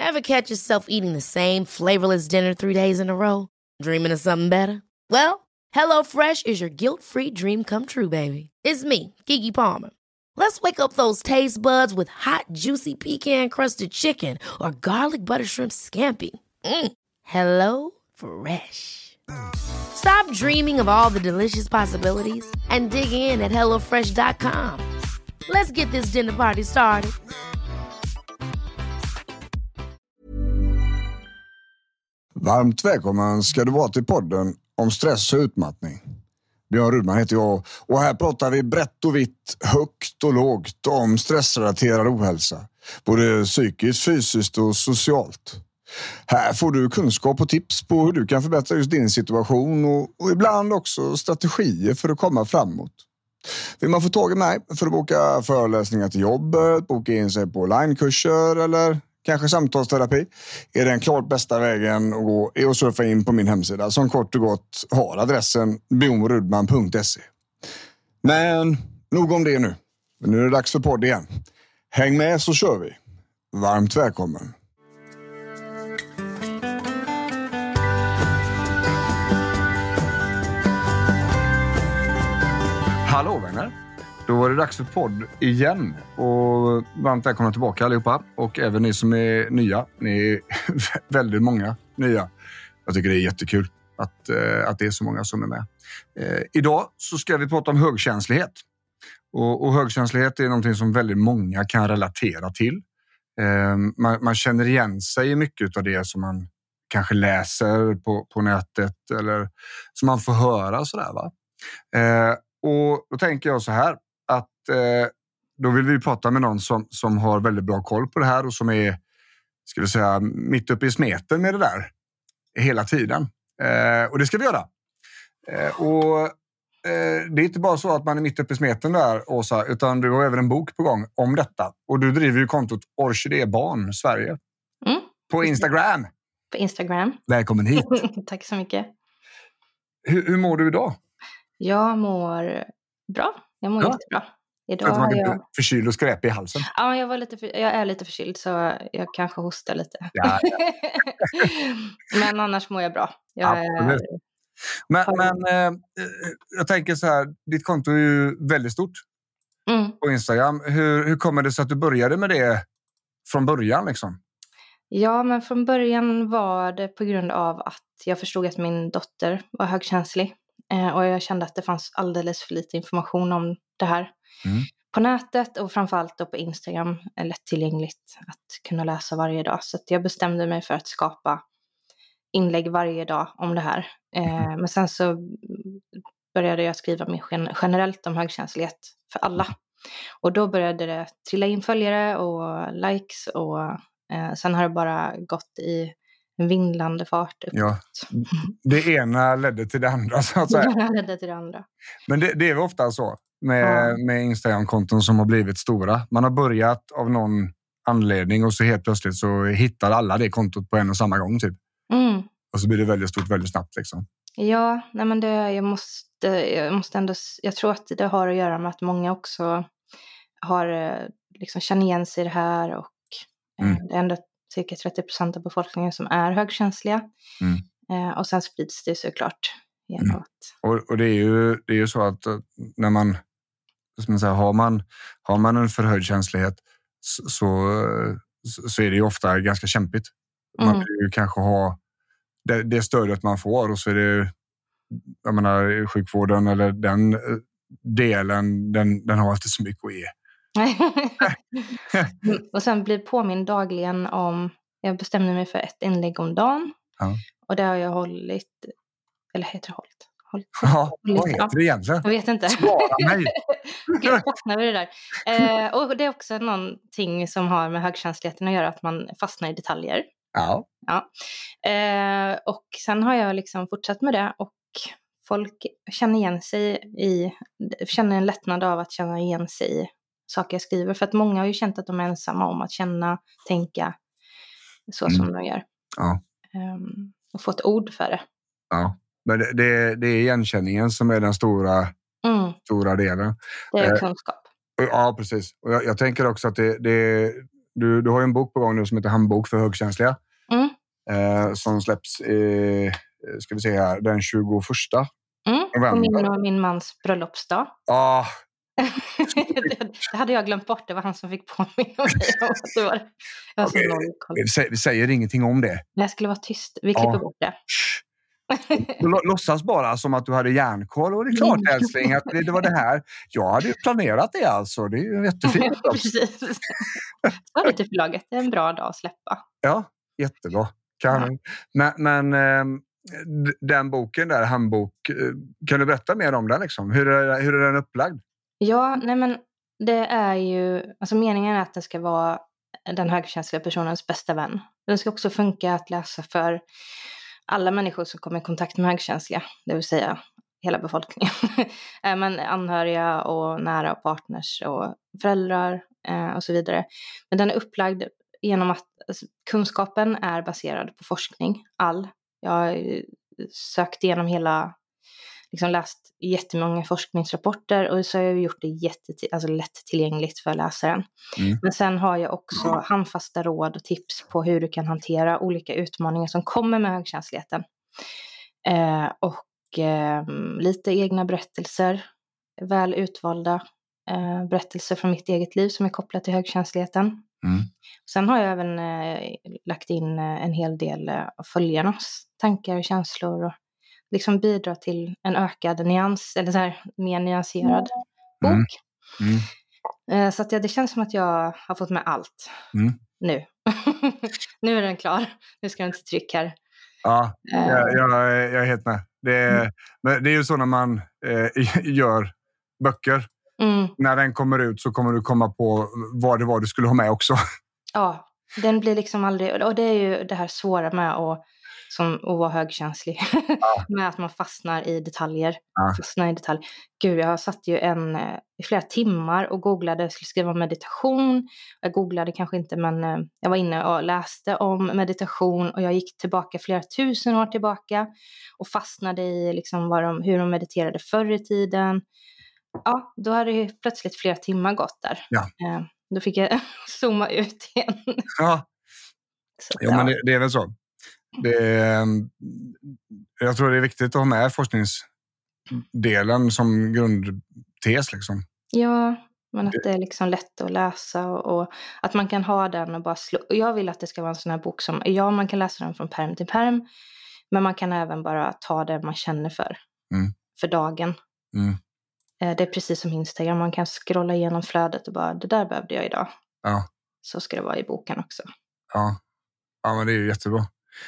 Ever catch yourself eating the same flavorless dinner 3 days in a row? Dreaming of something better? Well, HelloFresh is your guilt-free dream come true, baby. It's me, Keke Palmer. Let's wake up those taste buds with hot, juicy pecan-crusted chicken or garlic butter shrimp scampi. Hello Fresh. Stop dreaming of all the delicious possibilities and dig in at HelloFresh.com. Let's get this dinner party started. Varmt välkommen ska du vara till podden om stress och utmattning. Björn Rudman heter jag och här pratar vi brett och vitt, högt och lågt om stressrelaterad ohälsa. Både psykiskt, fysiskt och socialt. Här får du kunskap och tips på hur du kan förbättra just din situation och ibland också strategier för att komma framåt. Vill man få tag i mig för att boka föreläsningar till jobbet, boka in sig på onlinekurser eller kanske samtalsterapi, är den klart bästa vägen att gå är att surfa in på min hemsida som kort och gott har adressen bjornrudman.se. Men nog om det nu. Nu är det dags för podd igen. Häng med så kör vi. Varmt välkommen. Hallå vänner. Då var det dags för podd igen och varmt välkomna tillbaka allihopa och även ni som är nya. Ni är väldigt många nya. Jag tycker det är jättekul att det är så många som är med. Idag så ska vi prata om högkänslighet. Och högkänslighet är någonting som väldigt många kan relatera till. Man känner igen sig i mycket av det som man kanske läser på nätet eller som man får höra sådär va. Och då tänker jag så här att då vill vi prata med någon som har väldigt bra koll på det här och som är, ska vi säga, mitt uppe i smeten med det där hela tiden. Och det ska vi göra. Det är inte bara så att man är mitt uppe i smeten där, Åsa, utan du har även en bok på gång om detta. Och du driver ju kontot Orkidébarn Sverige. På Instagram. På Instagram. Välkommen hit. Tack så mycket. Hur mår du idag? Jag mår bra. Jag mår jättebra. Idag man är förkyld och skräp i halsen. Ja, jag är lite förkyld så jag kanske hostar lite. Ja. Men annars mår jag bra. Men jag tänker så här, ditt konto är ju väldigt stort på Instagram. Hur kommer det sig att du började med det från början liksom? Ja, men från början var det på grund av att jag förstod att min dotter var högkänslig. Och jag kände att det fanns alldeles för lite information om det här på nätet och framförallt då på Instagram är lättillgängligt att kunna läsa varje dag. Så att jag bestämde mig för att skapa inlägg varje dag om det här. Men sen så började jag skriva mer generellt om högkänslighet för alla. Och då började det trilla in följare och likes och sen har det bara gått i en vindlande fart. Ja, det ena ledde till det andra så att säga. Det ena ledde till det andra. Men det är väl ofta så med Instagram-konton som har blivit stora. Man har börjat av någon anledning och så helt plötsligt så hittar alla det kontot på en och samma gång typ. Och så blir det väldigt stort väldigt snabbt liksom. Ja, nej men jag måste ändå, jag tror att det har att göra med att många också har liksom känner igen sig i det här och det är ändå cirka 30% av befolkningen som är högkänsliga. Och sen sprids det såklart genom att... Och det är ju så att när man, som jag säger, har man en förhöjd känslighet så är det ju ofta ganska kämpigt. Man vill ju kanske ha det stödet man får och så är det, jag menar, sjukvården eller den delen, den har inte så mycket att ge. Och sen blir påminn dagligen om, jag bestämde mig för ett inlägg om dagen. Ja. Och det har jag hållit, eller heter det hållit? Ja, vad heter det egentligen? Jag vet inte. Svara mig. Jag fastnar vid det där. Och det är också någonting som har med högkänsligheten att göra, att man fastnar i detaljer. Ja. Och sen har jag liksom fortsatt med det och folk känner en lättnad av att känna igen sig i saker jag skriver. För att många har ju känt att de är ensamma om att känna, tänka så som de gör. Ja. Och få ett ord för det. Ja, men det är igenkänningen som är den stora delen. Det är kunskap. Ja, precis. Och jag tänker också att det Du har ju en bok på gång nu som heter Handbok för högkänsliga. Som släpps, ska vi se här, den 21 november. På min och min mans bröllopsdag. Ja. Det hade jag glömt bort. Det var han som fick påminna mig om att det var. Jag var så noll koll. Vi säger ingenting om det. Jag skulle vara tyst. Vi klipper bort det. Låtsas bara som att du hade järnkoll. Och det är klart, älskling, att det var det här. Jag hade ju planerat det alltså. Det är ju jättefint. Precis. Så det till förlaget. Det är en bra dag att släppa. Ja, jättebra. Men den boken där, Handbok, kan du berätta mer om den liksom? Hur är den upplagd? Ja, nej men det är ju, alltså meningen är att det ska vara den högkänsliga personens bästa vän. Den ska också funka att läsa för alla människor som kommer i kontakt med högkänsliga, det vill säga hela befolkningen. Men anhöriga och nära och partners och föräldrar och så vidare. Men den är upplagd genom att alltså, kunskapen är baserad på forskning. Jag har sökt igenom hela, liksom läst jättemånga forskningsrapporter och så har jag gjort det lättillgängligt för läsaren. Men sen har jag också handfasta råd och tips på hur du kan hantera olika utmaningar som kommer med högkänsligheten. Och lite egna berättelser, väl utvalda berättelser från mitt eget liv som är kopplat till högkänsligheten. Sen har jag även lagt in en hel del av följarnas tankar och känslor och liksom bidra till en ökad nyans, eller så här, mer nyanserad bok. Så att det känns som att jag har fått med allt nu. Nu är den klar. Nu ska den till tryck här. Ja, jag är helt med. Men det är ju så när man gör böcker. När den kommer ut så kommer du komma på vad det var du skulle ha med också. Ja, den blir liksom aldrig... Och det är ju det här svåra med att vara högkänslig. Med att man fastnar i detaljer. Gud, jag satt ju i flera timmar och googlade. Jag skulle skriva om meditation. Jag googlade kanske inte, men jag var inne och läste om meditation. Och jag gick tillbaka flera tusen år tillbaka. Och fastnade i liksom hur de mediterade förr i tiden. Ja, då hade ju plötsligt flera timmar gått där. Ja. Då fick jag zooma ut igen. Ja, men det är väl så. Jag tror det är viktigt att ha med forskningsdelen som grundtes liksom. Ja, men att det är liksom lätt att läsa och att man kan ha den och bara slå. Jag vill att det ska vara en sån här bok som, man kan läsa den från perm till perm, men man kan även bara ta det man känner för dagen. Det är precis som Instagram, man kan scrolla igenom flödet och bara, det där behövde jag idag. Ja. Så ska det vara i boken också. Ja, men det är ju jättebra.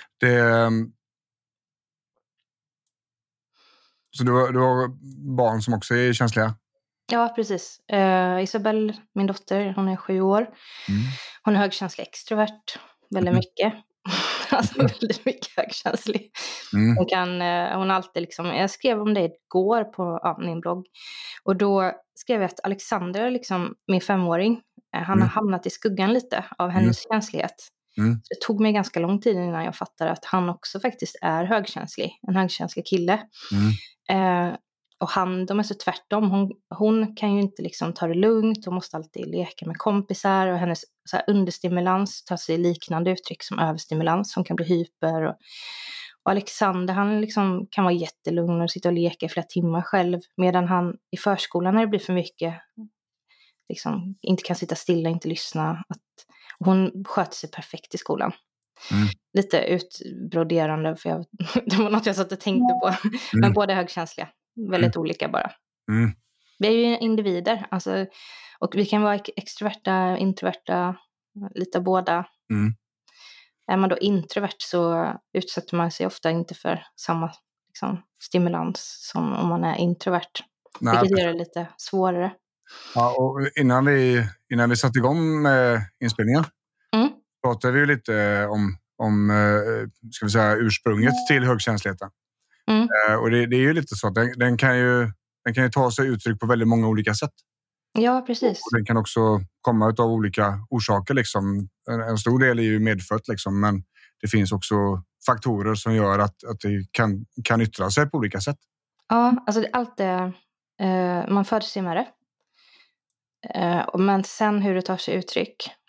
Så du har barn som också är känsliga? Ja, precis. Isabelle, min dotter, hon är 7 år. Hon är högkänslig extrovert. Väldigt mycket. Alltså väldigt mycket högkänslig. Hon alltid liksom... Jag skrev om det igår på min blogg. Och då skrev jag att Alexander, liksom, min 5-åring, han har hamnat i skuggan lite av hennes känslighet. Så det tog mig ganska lång tid innan jag fattade att han också faktiskt är högkänslig. En högkänslig kille. Och de är så tvärtom. Hon kan ju inte liksom ta det lugnt. Hon måste alltid leka med kompisar. Och hennes så här understimulans tar sig liknande uttryck som överstimulans. Hon kan bli hyper. Och Alexander, han liksom kan vara jättelugn och sitta och leka i flera timmar själv. Medan han i förskolan, när det blir för mycket, liksom, inte kan sitta stilla, inte lyssna. Och hon sköter sig perfekt i skolan. Lite utbroderande, för det var något jag satt och tänkte på. Men båda är högkänsliga. Väldigt olika bara. Vi är ju individer. Alltså, och vi kan vara extroverta, introverta, lite av båda. Är man då introvert så utsätter man sig ofta inte för samma liksom, stimulans som om man är introvert. Nej. Vilket gör det lite svårare. Ja, och innan vi satte igång med inspelningen pratade vi ju lite om ska vi säga, ursprunget till högkänsligheten. Och det är ju lite så att den kan ju ta sig uttryck på väldigt många olika sätt. Ja, precis. Och den kan också komma av olika orsaker. Liksom. En stor del är ju medfött, liksom, men det finns också faktorer som gör att det kan yttra sig på olika sätt. Ja, alltså allt det, man föds sig med det. Men sen hur det tar sig uttryck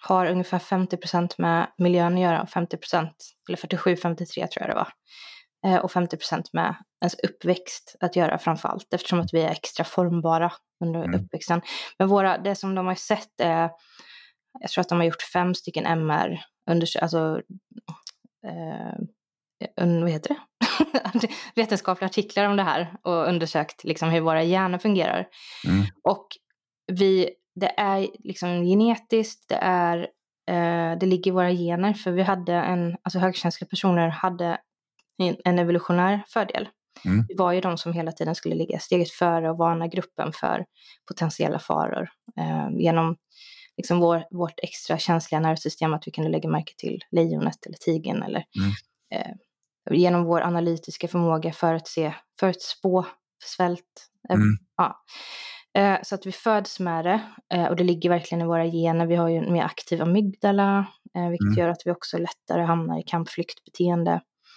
har ungefär 50% med miljön att göra och 50%, eller 47-53 tror jag det var. Och 50% med ens uppväxt att göra framförallt, eftersom att vi är extra formbara under uppväxten. Men det som de har sett är, jag tror att de har gjort 5 stycken MR vad heter det? Vetenskapliga artiklar om det här och undersökt liksom hur våra hjärnor fungerar. Och det är liksom genetiskt, det ligger i våra gener, för vi hade högkänsliga personer hade en evolutionär fördel. Vi var ju de som hela tiden skulle ligga steget före och varna gruppen för potentiella faror genom liksom vårt extra känsliga nervsystem, att vi kunde lägga märke till lejonet eller tigern eller genom vår analytiska förmåga förutspå svält. Så att vi föds med det, och det ligger verkligen i våra gener. Vi har ju en mer aktiv amygdala, vilket gör att vi också lättare hamnar i kampflyktbeteende.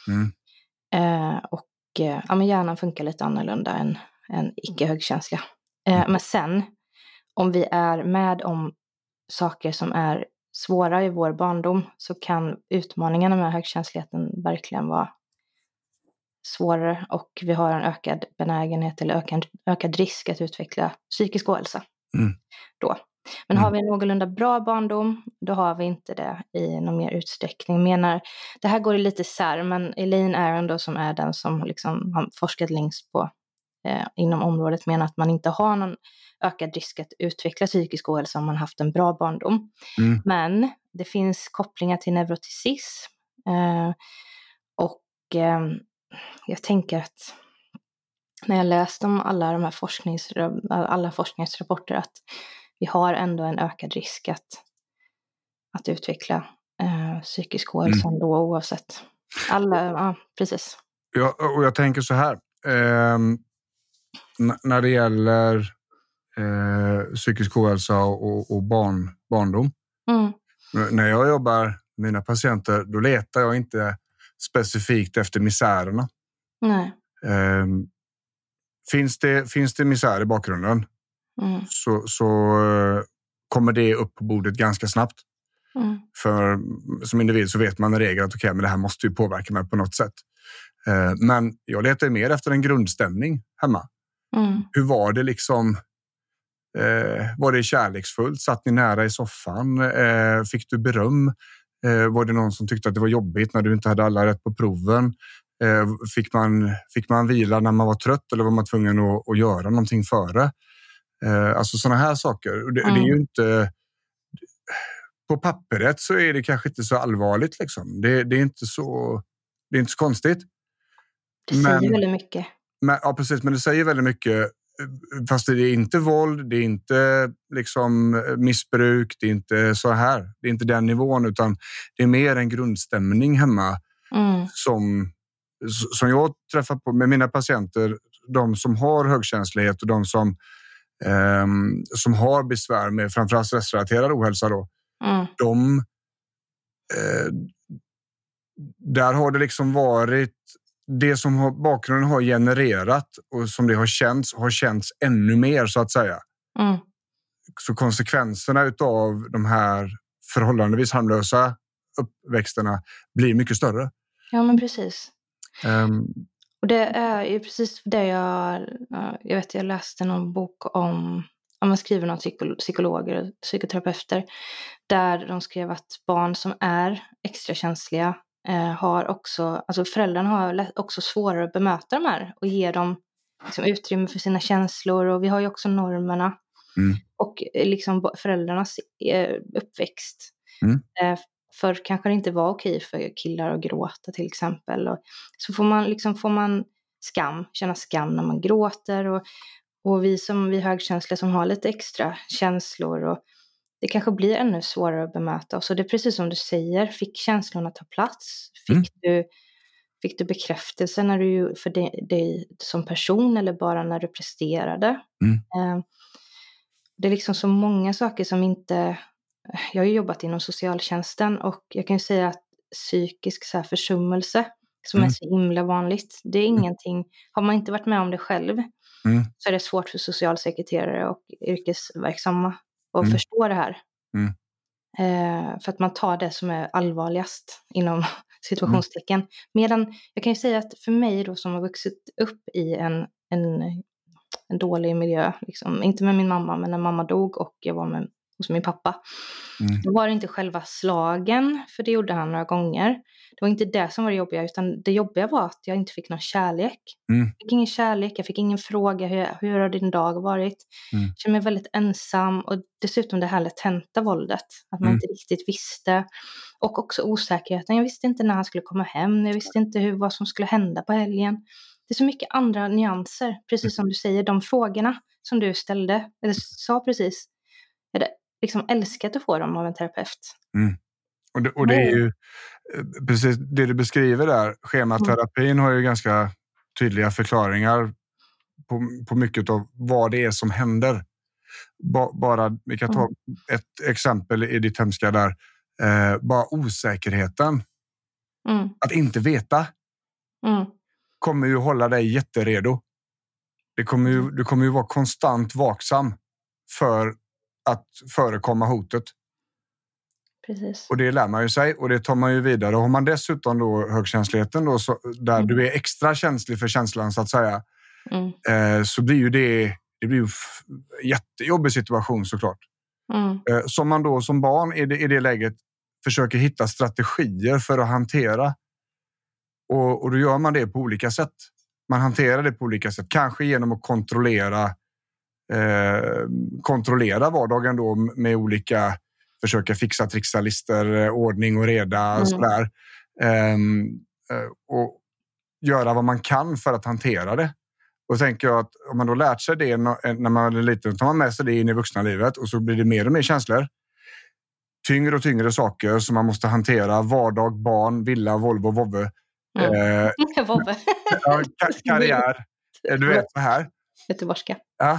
Men hjärnan funkar lite annorlunda än icke-högkänsliga. Men sen, om vi är med om saker som är svåra i vår barndom, så kan utmaningarna med högkänsligheten verkligen vara svårare, och vi har en ökad benägenhet eller ökad risk att utveckla psykisk ohälsa då. Men har vi en någorlunda bra barndom, då har vi inte det i någon mer utsträckning. Det här går lite isär, men Elaine Aron då, som är den som liksom har forskat längst på inom området, menar att man inte har någon ökad risk att utveckla psykisk ohälsa om man haft en bra barndom. Men det finns kopplingar till neuroticism, och jag tänker att när jag läste om alla de här forskningsrapporter, att vi har ändå en ökad risk att utveckla psykisk ohälsa ändå, oavsett. Precis. Ja, och jag tänker så här. När det gäller psykisk ohälsa och barndom. När jag jobbar med mina patienter, då letar jag inte specifikt efter misärerna. Nej. Finns det misär i bakgrunden, så kommer det upp på bordet ganska snabbt. För som individ så vet man i regel att men det här måste ju påverka mig på något sätt. Men jag letar mer efter en grundstämning hemma. Hur var det liksom? Var det kärleksfullt? Satt ni nära i soffan? Fick du beröm? Var det någon som tyckte att det var jobbigt när du inte hade alla rätt på proven? Fick man vila när man var trött, eller var man tvungen att göra någonting före? Alltså sådana här saker. Det är ju inte... På pappret så är det kanske inte så allvarligt liksom. Det är inte så konstigt. Det säger väldigt mycket. Ja, precis. Men det säger väldigt mycket. Fast det är inte våld, det är inte liksom missbruk, det är inte så här. Det är inte den nivån, utan det är mer en grundstämning hemma som jag träffar på med mina patienter. De som har högkänslighet och de som har besvär med framförallt stressrelaterad ohälsa då. Där har det liksom varit det som bakgrunden har genererat och som det har känts ännu mer, så att säga. Så konsekvenserna utav de här förhållandevis harmlösa uppväxterna blir mycket större. Ja, men precis. Och det är ju precis det jag läste någon bok om man skriver någon psykologer och psykoterapeuter, där de skrev att barn som är extra känsliga har också, alltså föräldrarna har också svårare att bemöta de här och ge dem liksom utrymme för sina känslor, och vi har ju också normerna och liksom föräldrarnas uppväxt. För kanske det inte var okej för killar att gråta till exempel, och så får man känna skam när man gråter, och vi högkänsliga som har lite extra känslor, och det kanske blir ännu svårare att bemöta. Och så det är precis som du säger, fick känslorna ta plats? Fick du bekräftelse för dig som person, eller bara när du presterade? Det är liksom så många saker som inte... Jag har ju jobbat inom socialtjänsten, och jag kan ju säga att psykisk försummelse, som är så himla vanligt, det är ingenting... Har man inte varit med om det själv, så är det svårt för socialsekreterare och yrkesverksamma att förstå det här. För att man tar det som är allvarligast inom situationstecken. Medan jag kan ju säga att för mig då som har vuxit upp i en dålig miljö, liksom, inte med min mamma, men när mamma dog och jag var med hos min pappa. Då var det inte själva slagen, för det gjorde han några gånger. Det var inte det som var det jobbiga, utan det jobbiga var att jag inte fick någon kärlek. Jag fick ingen kärlek, jag fick ingen fråga, hur har din dag varit? Jag kände mig väldigt ensam, och dessutom det här latenta våldet, att man inte riktigt visste. Och också osäkerheten, jag visste inte när han skulle komma hem, jag visste inte vad som skulle hända på helgen. Det är så mycket andra nyanser, precis som du säger, de frågorna som du ställde, eller sa precis. Jag hade liksom älskat att få dem av en terapeut. Och det är ju precis det du beskriver där. Schematerapin har ju ganska tydliga förklaringar på mycket av vad det är som händer. Bara, vi kan ta ett exempel i ditt hemska där. Bara osäkerheten. Att inte veta kommer ju hålla dig jätteredo. Du kommer ju vara konstant vaksam för att förekomma hotet. Precis. Och det lär man ju sig, och det tar man ju vidare. Och har man dessutom då högkänsligheten då, där du är extra känslig för känslan så att säga, så blir ju det blir ju en jättejobbig situation såklart. Som man då som barn i det läget försöker hitta strategier för att hantera. Och då gör man det på olika sätt. Man hanterar det på olika sätt. Kanske genom att kontrollera vardagen då med olika, försöka fixa, trixa, lister, ordning och reda sådär. Och göra vad man kan för att hantera det. Och tänker jag att om man då lärt sig det när man är liten, tar man med sig det in i vuxna livet, och så blir det mer och mer känslor. Tyngre och tyngre saker som man måste hantera. Vardag, barn, villa, Volvo, vovve. Karriär. Du vet så här. Göteborgska. Ja,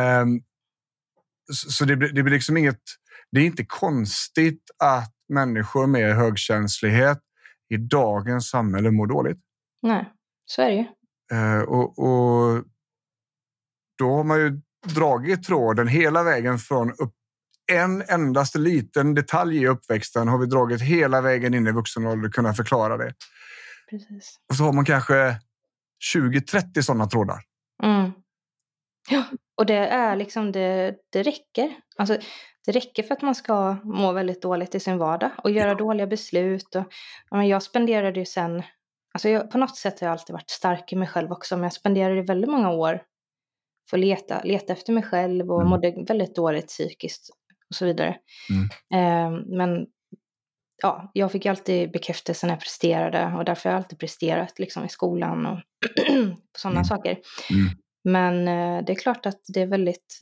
så det blir liksom inget. Det är inte konstigt att människor med högkänslighet i dagens samhälle mår dåligt. Nej, så är det ju. Och då har man ju dragit tråden hela vägen från en endaste liten detalj i uppväxten, har vi dragit hela vägen in i vuxenålder och kunna förklara det. Precis. Och så har man kanske 20-30 sådana trådar. Ja, och det är liksom, det räcker. Alltså, det räcker för att man ska må väldigt dåligt i sin vardag och göra dåliga beslut. Och jag spenderade ju sen, alltså på något sätt har jag alltid varit stark i mig själv också, men jag spenderade väldigt många år för att leta efter mig själv och mådde väldigt dåligt psykiskt och så vidare. Men ja, jag fick alltid bekräftelse när jag presterade, och därför har jag alltid presterat liksom i skolan och på sådana saker. Men det är klart att det är väldigt,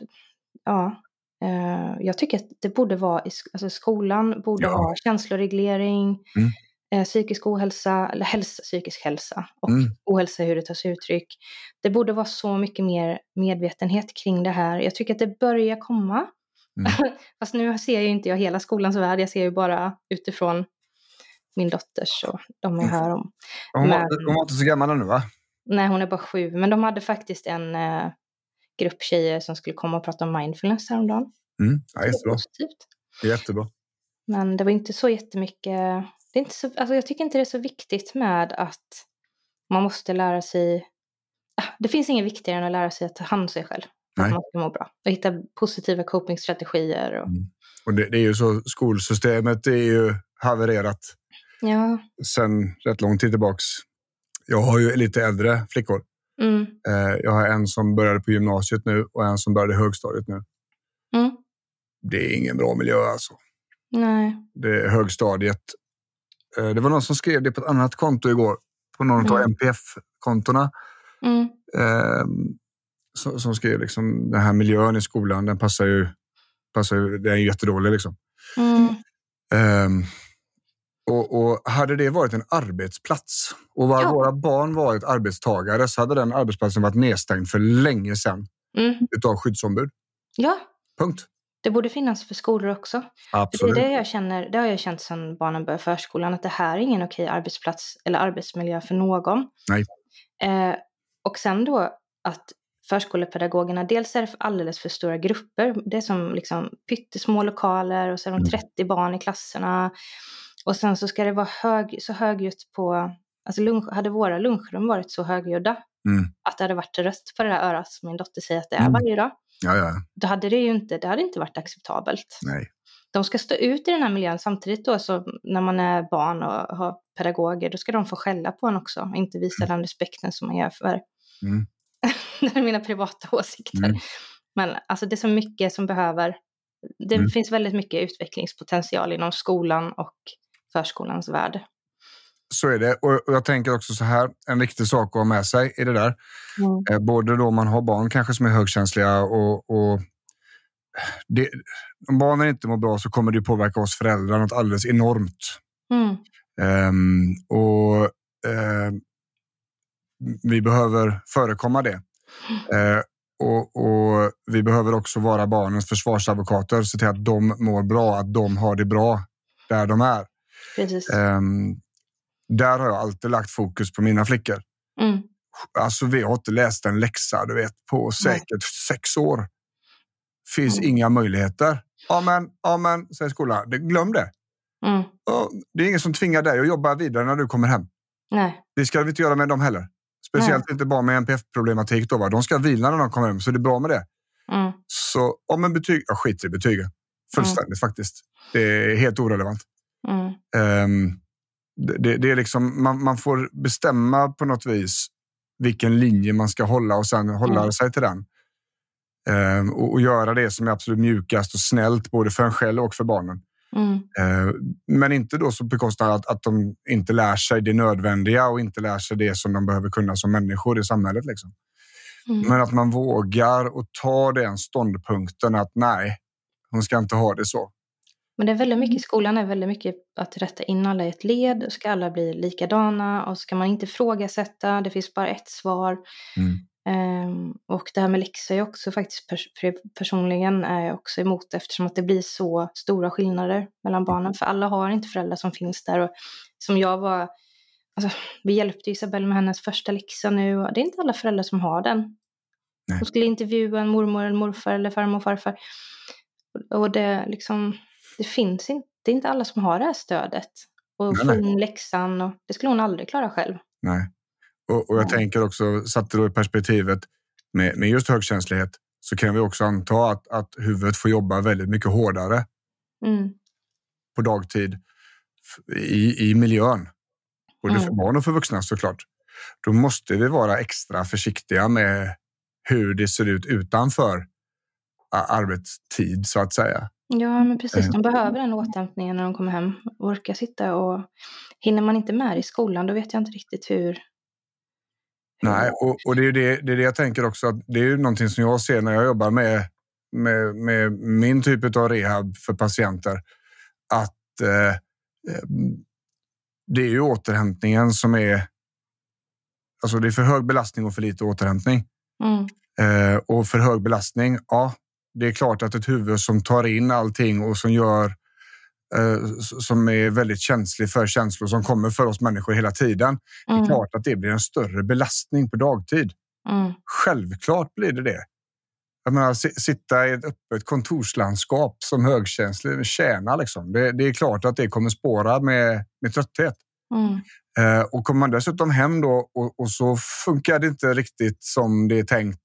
jag tycker att det borde vara, alltså skolan borde ha känsloreglering, psykisk ohälsa, eller psykisk hälsa och ohälsa, hur det tar sig uttryck. Det borde vara så mycket mer medvetenhet kring det här. Jag tycker att det börjar komma. Fast nu ser ju inte jag hela skolans värld. Jag ser ju bara utifrån min dotters, och de är här om. Hon var inte så gammal nu, va? Nej, hon är bara 7. Men de hade faktiskt en grupp tjejer som skulle komma och prata om mindfulness häromdagen. Ja, jättebra. Jättebra. Men det var inte så jättemycket. Det är inte så, alltså jag tycker inte det är så viktigt med att man måste lära sig. Det finns inget viktigare än att lära sig att ta hand om sig själv. Att man ska må bra. Och hitta positiva copingstrategier. Och det är ju så, skolsystemet är ju havererat. Ja. Sen rätt lång tid tillbaks. Jag har ju lite äldre flickor. Jag har en som började på gymnasiet nu och en som började högstadiet nu. Det är ingen bra miljö alltså. Nej. Det är högstadiet. Det var någon som skrev det på ett annat konto igår. På någon av MPF-kontona. Som skrev liksom, den här miljön i skolan, den passar ju, den är jättedålig liksom. Och hade det varit en arbetsplats och våra barn varit arbetstagare, så hade den arbetsplatsen varit nedstängd för länge sedan utav skyddsombud. Ja. Punkt. Det borde finnas för skolor också. Absolut. Det är det jag känner, det har jag känt sedan barnen började förskolan, att det här är ingen okej arbetsplats eller arbetsmiljö för någon. Nej. Och sen då att förskolepedagogerna, dels är det alldeles för stora grupper. Det är som liksom pyttesmå lokaler och så är de 30 barn i klasserna. Och sen så ska det vara så högljutt på, alltså hade våra lunchrum varit så högljudda att det hade varit röst på det där örat som min dotter säger att det är varje dag. Ja. Då hade det hade inte varit acceptabelt. Nej. De ska stå ut i den här miljön samtidigt då, så när man är barn och har pedagoger, då ska de få skälla på en också. Och inte visa den respekten som man gör för. Det är mina privata åsikter. Men alltså det är så mycket som behöver. Det finns väldigt mycket utvecklingspotential inom skolan och förskolans värld. Så är det. Och jag tänker också så här, en viktig sak att ha med sig i det där. Både då man har barn kanske som är högkänsliga och om barnen inte mår bra så kommer det påverka oss föräldrar något alldeles enormt. Vi behöver förekomma det. Och vi behöver också vara barnens försvarsadvokater, så till att de mår bra, att de har det bra där de är. Precis. Där har jag alltid lagt fokus på mina flickor. Alltså vi har inte läst en läxa, du vet, på säkert 6 år. Finns inga möjligheter. Ja men, säger skolan. Glöm det. Det är ingen som tvingar dig att jobba vidare när du kommer hem. Nej. Det ska vi inte göra med dem heller. Speciellt inte bara med NPF-problematik då, va? De ska vila när de kommer hem, så det är bra med det. Så om en betyg, jag skiter i betygen. Fullständigt faktiskt. Det är helt orelevant. Det är liksom, man får bestämma på något vis vilken linje man ska hålla och sen hålla sig till den. Och göra det som är absolut mjukast och snällt både för en själv och för barnen. Men inte då så bekostar att de inte lär sig det nödvändiga och inte lär sig det som de behöver kunna som människor i samhället liksom. Men att man vågar och ta den ståndpunkten att nej, hon ska inte ha det så. Men det är väldigt mycket i skolan, är väldigt mycket att rätta in alla i ett led, och ska alla bli likadana och ska man inte ifrågasätta, det finns bara ett svar. Och det här med läxor är också faktiskt personligen är jag också emot, eftersom att det blir så stora skillnader mellan barnen, för alla har inte föräldrar som finns där. Och som jag var, alltså, vi hjälpte Isabelle med hennes första läxa nu, och det är inte alla föräldrar som har den. Hon skulle intervjua en mormor eller morfar eller farmor och farfar, och det liksom, det finns inte, det är inte alla som har det här stödet och få in läxan, och det skulle hon aldrig klara själv. Nej. Och jag tänker också, satt det då i perspektivet med just högkänslighet, så kan vi också anta att huvudet får jobba väldigt mycket hårdare på dagtid i miljön. Både för barn och för vuxna såklart. Då måste vi vara extra försiktiga med hur det ser ut utanför arbetstid så att säga. Ja, men precis. De behöver den återhämtningen när de kommer hem. Orka sitta, och hinner man inte med i skolan, då vet jag inte riktigt hur. Nej, och det är ju det jag tänker också, att det är ju någonting som jag ser när jag jobbar med min typ av rehab för patienter, att det är ju återhämtningen som är, alltså det är för hög belastning och för lite återhämtning. Och för hög belastning, ja, det är klart att ett huvud som tar in allting och som gör som är väldigt känslig för känslor som kommer för oss människor hela tiden. Det är klart att det blir en större belastning på dagtid. Självklart blir det. Jag menar, sitta i ett öppet kontorslandskap som högkänslig tjänar liksom. Det är klart att det kommer spåra med trötthet. Och kommer man dessutom hem då och så funkar det inte riktigt som det är tänkt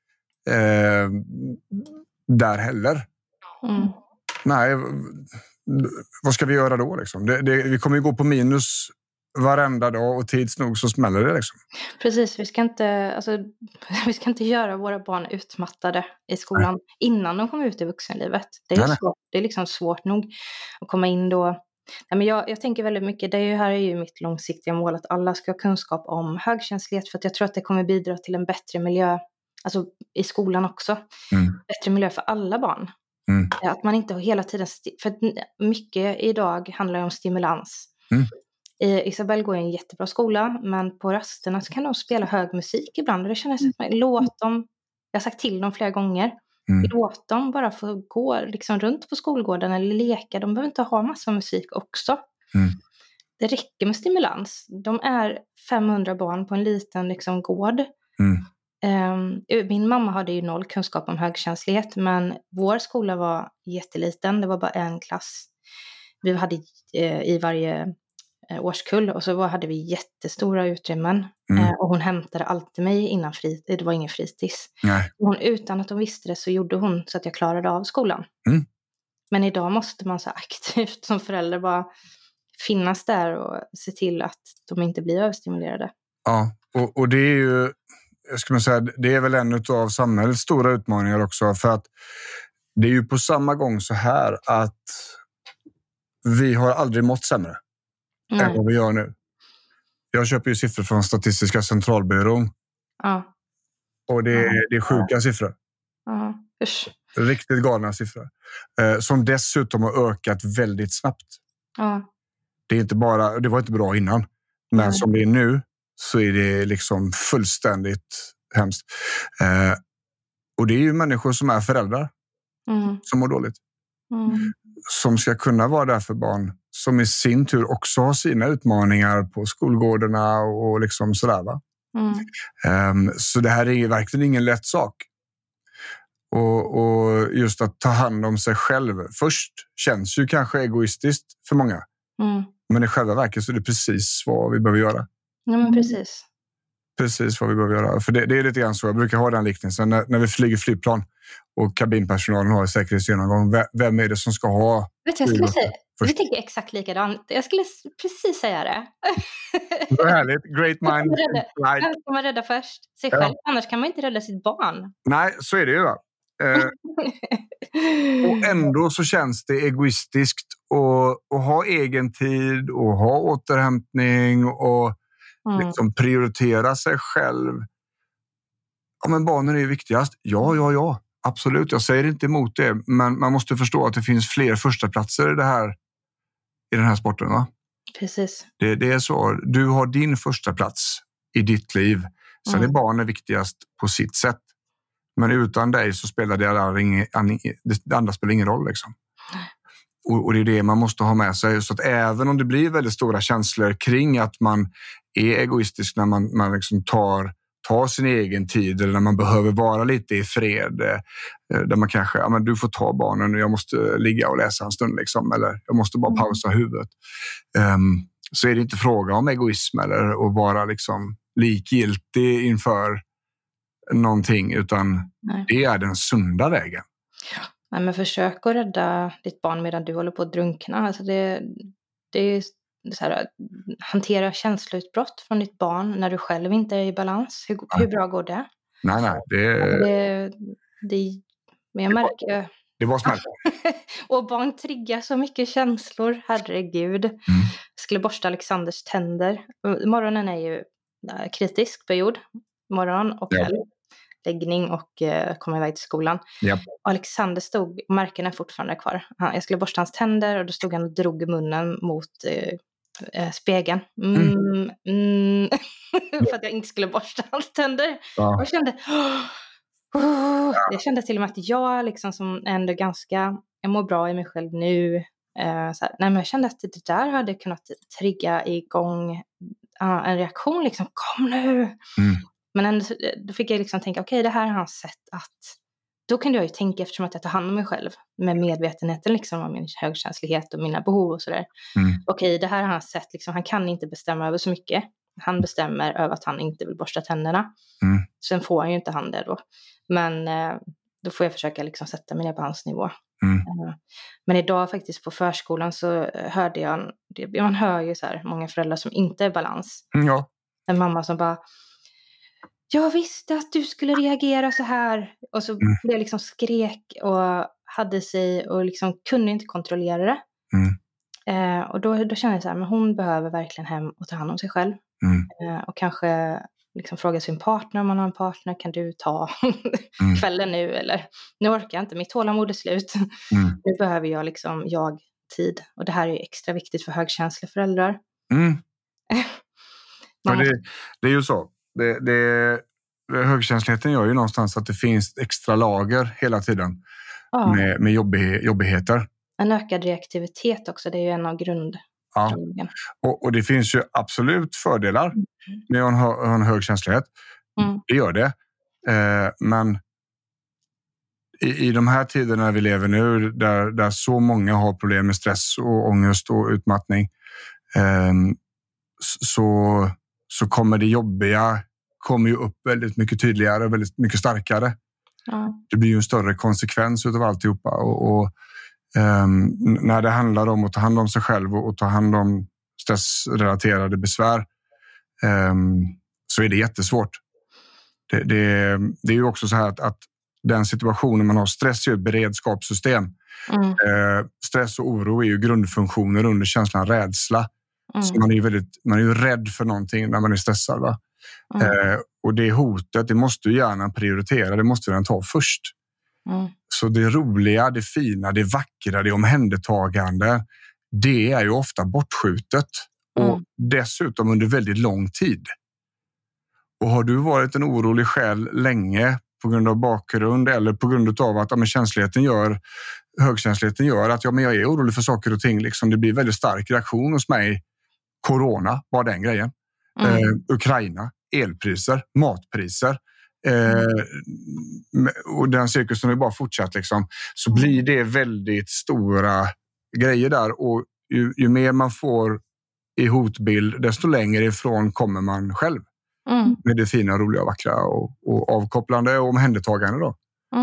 där heller. Nej, vad ska vi göra då liksom? Vi kommer ju gå på minus varenda dag, och tids nog så smäller det liksom. Precis, vi ska inte göra våra barn utmattade i skolan innan de kommer ut i vuxenlivet. Det är svårt, det är liksom svårt nog att komma in då. Nej, men jag tänker väldigt mycket, här är ju mitt långsiktiga mål, att alla ska ha kunskap om högkänslighet, för att jag tror att det kommer bidra till en bättre miljö, alltså i skolan också. Bättre miljö för alla barn. Att man inte hela tiden, för mycket idag handlar om stimulans. Isabelle går i en jättebra skola, men på rasterna så kan de spela hög musik ibland, och det känns som att låt dem, jag har sagt till dem flera gånger, låt dem bara få gå liksom runt på skolgården eller leka, de behöver inte ha massa musik också. Det räcker med stimulans. De är 500 barn på en liten liksom gård. Min mamma hade ju 0 kunskap om högkänslighet, men vår skola var jätteliten. Det var bara en klass. Vi hade i varje årskull, och så hade vi jättestora utrymmen. Och hon hämtade alltid mig innan det var ingen fritids. Nej. Utan att hon visste det så gjorde hon så att jag klarade av skolan. Men idag måste man så aktivt som förälder bara finnas där och se till att de inte blir överstimulerade. Ja, och det är ju, jag skulle säga, det är väl en av samhällets stora utmaningar också, för att det är ju på samma gång så här att vi har aldrig mått sämre än vad vi gör nu. Jag köper ju siffror från Statistiska centralbyrån. Ja. Och det är sjuka siffror. Ja, usch. Riktigt galna siffror. Som dessutom har ökat väldigt snabbt. Ja. Det var inte bra innan. Men som det är nu så är det liksom fullständigt hemskt. Och det är ju människor som är föräldrar som mår dåligt. Som ska kunna vara där för barn som i sin tur också har sina utmaningar på skolgårdarna och liksom sådär, va? Så det här är ju verkligen ingen lätt sak. Och just att ta hand om sig själv först känns ju kanske egoistiskt för många. Men i själva verket så är det precis vad vi behöver göra. Ja, men precis. Precis vad vi behöver göra. För det är lite grann så. Jag brukar ha den liknelsen när vi flyger flygplan och kabinpersonalen har säkerhetsgenomgång. Vem är det som ska ha... Jag skulle säga, vi tänker exakt likadant. Jag skulle precis säga det. Så härligt. Great mind. Vem ska man rädda först? Sig själv. Annars kan man inte rädda sitt barn. Nej, så är det ju, va? Och ändå så känns det egoistiskt att ha egen tid och ha återhämtning och liksom prioritera sig själv. Ja, men barnen är ju viktigast. Ja. Absolut, jag säger inte emot det. Men man måste förstå att det finns fler första platser i den här sporten, va? Precis. Det är så. Du har din första plats i ditt liv. Sen är barnen viktigast på sitt sätt. Men utan dig så spelar det andra spelar ingen roll liksom. Och det är det man måste ha med sig. Så att även om det blir väldigt stora känslor kring att man är egoistisk när man liksom tar sin egen tid, eller när man behöver vara lite i fred, där man kanske, men du får ta barnen och jag måste ligga och läsa en stund liksom, eller jag måste bara pausa huvudet. Så är det inte fråga om egoism eller att vara liksom likgiltig inför någonting, utan det är den sunda vägen. Nej, men försök att rädda ditt barn medan du håller på att drunkna. Alltså det är så här, hantera känsloutbrott från ditt barn när du själv inte är i balans. Hur bra går det? Nej. Men jag märker... Det var smält. Och barn triggar så mycket känslor, herregud. Jag skulle borsta Alexanders tänder. Morgonen är ju kritisk period. Morgon och kväll. Läggning och komma iväg till skolan. Yep. Och Alexander stod, och märken är fortfarande kvar. Jag skulle borsta hans tänder och då stod han och drog munnen mot spegeln. För att jag inte skulle borsta hans tänder. Ja. Och jag kände till och med att jag liksom som ändå jag mår bra i mig själv nu. Men jag kände att det där hade kunnat trigga igång en reaktion liksom, kom nu. Men ändå, då fick jag liksom tänka, okej, det här är hans sätt att... Då kunde jag ju tänka, eftersom att jag tar hand om mig själv med medvetenheten liksom, om min högkänslighet och mina behov och sådär. Okej, det här är hans sätt. Liksom, han kan inte bestämma över så mycket. Han bestämmer över att han inte vill borsta tänderna. Sen får han ju inte han det då. Men då får jag försöka liksom, sätta mig ner på hans nivå. Men idag faktiskt på förskolan så hörde jag... Man hör ju så här många föräldrar som inte är i balans. Ja. En mamma som bara... Jag visste att du skulle reagera så här. Och så blev jag liksom skrek och hade sig och liksom kunde inte kontrollera det. Och då kände jag så här, men hon behöver verkligen hem och ta hand om sig själv. Och kanske liksom fråga sin partner, om man har en partner, kan du ta kvällen nu? Eller, nu orkar jag inte, mitt tålamod är slut. Nu behöver jag liksom tid. Och det här är extra viktigt för högkänsliga föräldrar. Det är ju så. Högkänsligheten gör ju någonstans att det finns extra lager hela tiden med jobbigheter. En ökad reaktivitet också, det är ju en av grundfrågorna. Och det finns ju absolut fördelar med att ha en högkänslighet. Det gör det. Men i de här tiderna vi lever nu, där så många har problem med stress och ångest och utmattning, så kommer det jobbiga kommer ju upp väldigt mycket tydligare och väldigt mycket starkare. Ja. Det blir ju en större konsekvens utav alltihopa. Och när det handlar om att ta hand om sig själv och ta hand om stressrelaterade besvär, så är det jättesvårt. Det är ju också så här att den situationen man har, stress är ju ett beredskapssystem. Stress och oro är ju grundfunktioner under känslan rädsla. Så man är ju rädd för någonting när man är stressad. Va? Och det hotet, det måste ju hjärnan prioritera, det måste den ta först. Så det roliga, det fina, det vackra, det omhändertagande, det är ju ofta bortskjutet. Och dessutom under väldigt lång tid. Och har du varit en orolig själ länge på grund av bakgrund eller på grund av att högkänsligheten gör att jag är orolig för saker och ting. Liksom, det blir väldigt stark reaktion hos mig. Corona var den grejen. Ukraina, elpriser, matpriser. Och den cirkusen är bara fortsatt. Liksom, så blir det väldigt stora grejer där. Och ju mer man får i hotbild, desto längre ifrån kommer man själv. Med det fina, roliga, vackra och avkopplande och omhändertagande då.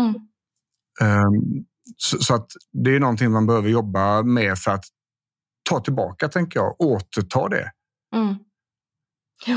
Så att det är någonting man behöver jobba med för att ta tillbaka, tänker jag. Återta det. Ja,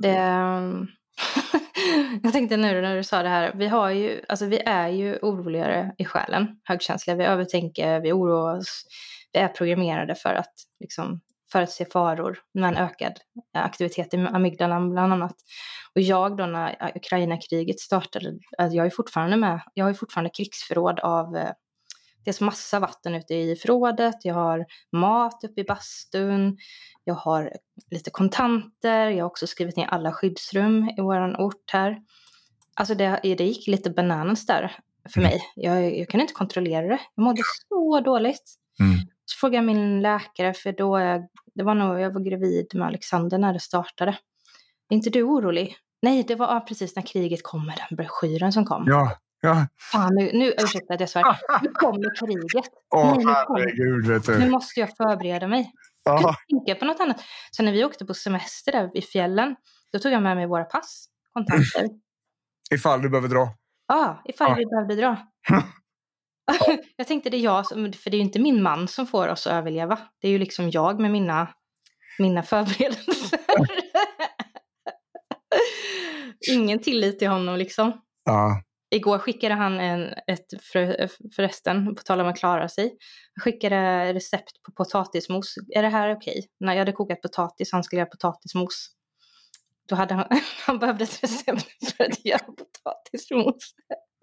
jag tänkte nu när du sa det här. Vi är ju oroligare i själen, högkänsliga. Vi övertänker, vi oroar oss. Vi är programmerade för att se faror med en ökad aktivitet i amygdalan bland annat. Och jag då när Ukraina-kriget startade, jag är fortfarande med. Jag har ju fortfarande krigsförråd av det är så massa vatten ute i förrådet. Jag har mat uppe i bastun. Jag har lite kontanter. Jag har också skrivit ner alla skyddsrum i våran ort här. Alltså det gick lite bananas där för mig. Jag kan inte kontrollera det. Jag mådde så dåligt. Så frågade jag min läkare, för då jag var gravid med Alexander när det startade. Är inte du orolig? Nej, det var precis när kriget kom med den broschyren som kom. Ja. Fan, nu ursäkta att jag svär. Nu kommer kriget. Herregud, vet du. Nu måste jag förbereda mig. Jag kan tänka på något annat. Så när vi åkte på semester där i fjällen, då tog jag med mig våra pass, kontanter. Ifall du behöver dra. Ifall vi behövde dra. Jag tänkte det är jag, för det är ju inte min man som får oss att överleva. Det är ju liksom jag med mina förberedelser. Ingen tillit till honom liksom. Ja. Igår skickade han förresten, på tal om att klara sig. Han skickade recept på potatismos. Är det här okej? När jag hade kokat potatis, han skulle göra potatismos. Då hade han behövde ett recept för att göra potatismos.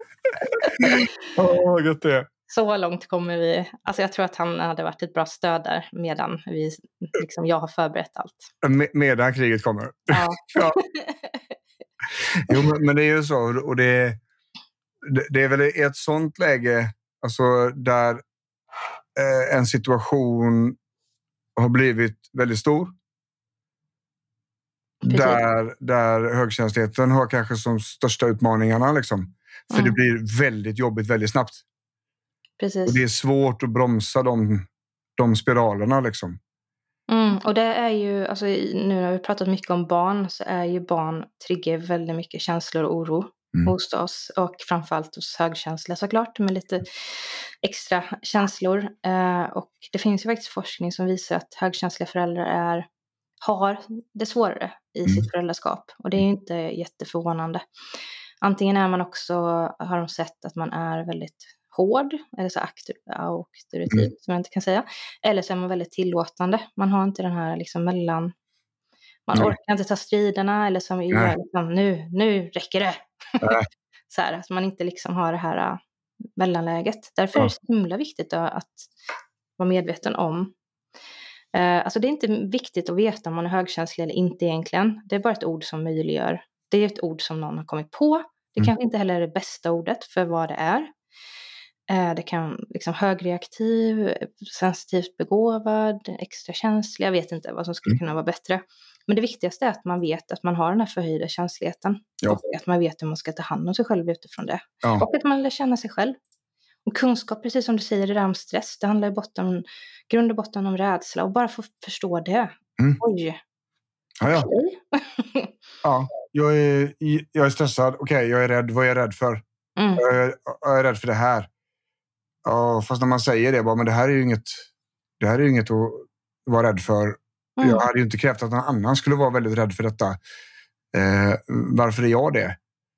Gott det. Så långt kommer vi. Alltså jag tror att han hade varit ett bra stöd där medan jag har förberett allt. Medan kriget kommer. Ja. Ja. Jo, men det är ju så. Och det är väl ett sånt läge, alltså där en situation har blivit väldigt stor. Där högkänsligheten har kanske som största utmaningarna liksom. För det blir väldigt jobbigt väldigt snabbt. Precis. Och det är svårt att bromsa de spiralerna liksom. Och det är ju, alltså nu när vi pratat mycket om barn, så är ju barn triggar väldigt mycket känslor och oro hos oss. Och framförallt hos högkänsliga såklart, med lite extra känslor. Och det finns ju faktiskt forskning som visar att högkänsliga föräldrar har det svårare i sitt föräldraskap. Och det är ju inte jätteförvånande. Antingen är man också, har de sett att man är väldigt hård, eller så auktoritativ som jag inte kan säga, eller så är man väldigt tillåtande. Man har inte den här liksom man orkar inte ta striderna, eller som gör liksom, nu räcker det. Så här, att man inte liksom har det här mellanläget. Därför är det så himla viktigt att vara medveten om. Alltså det är inte viktigt att veta om man är högkänslig eller inte egentligen. Det är bara ett ord som möjliggör. Det är ett ord som någon har kommit på. Det kanske inte heller är det bästa ordet för vad det är. Det kan liksom högreaktiv, sensitivt begåvad, extra känslig. Jag vet inte vad som skulle kunna vara bättre. Men det viktigaste är att man vet att man har den här förhöjda känsligheten. Ja. Och att man vet hur man ska ta hand om sig själv utifrån det. Ja. Och att man lär känna sig själv. Och kunskap, precis som du säger, det där om stress. Det handlar i grund och botten om rädsla. Och bara få förstå det. Oj. Ja. Okay. Ja, jag är stressad. Okej, jag är rädd. Vad är jag rädd för? Jag är rädd för det här. Ja, fast när man säger det, bara, men det här är ju inget att vara rädd för. Jag hade ju inte krävt att någon annan skulle vara väldigt rädd för detta. Varför är jag det?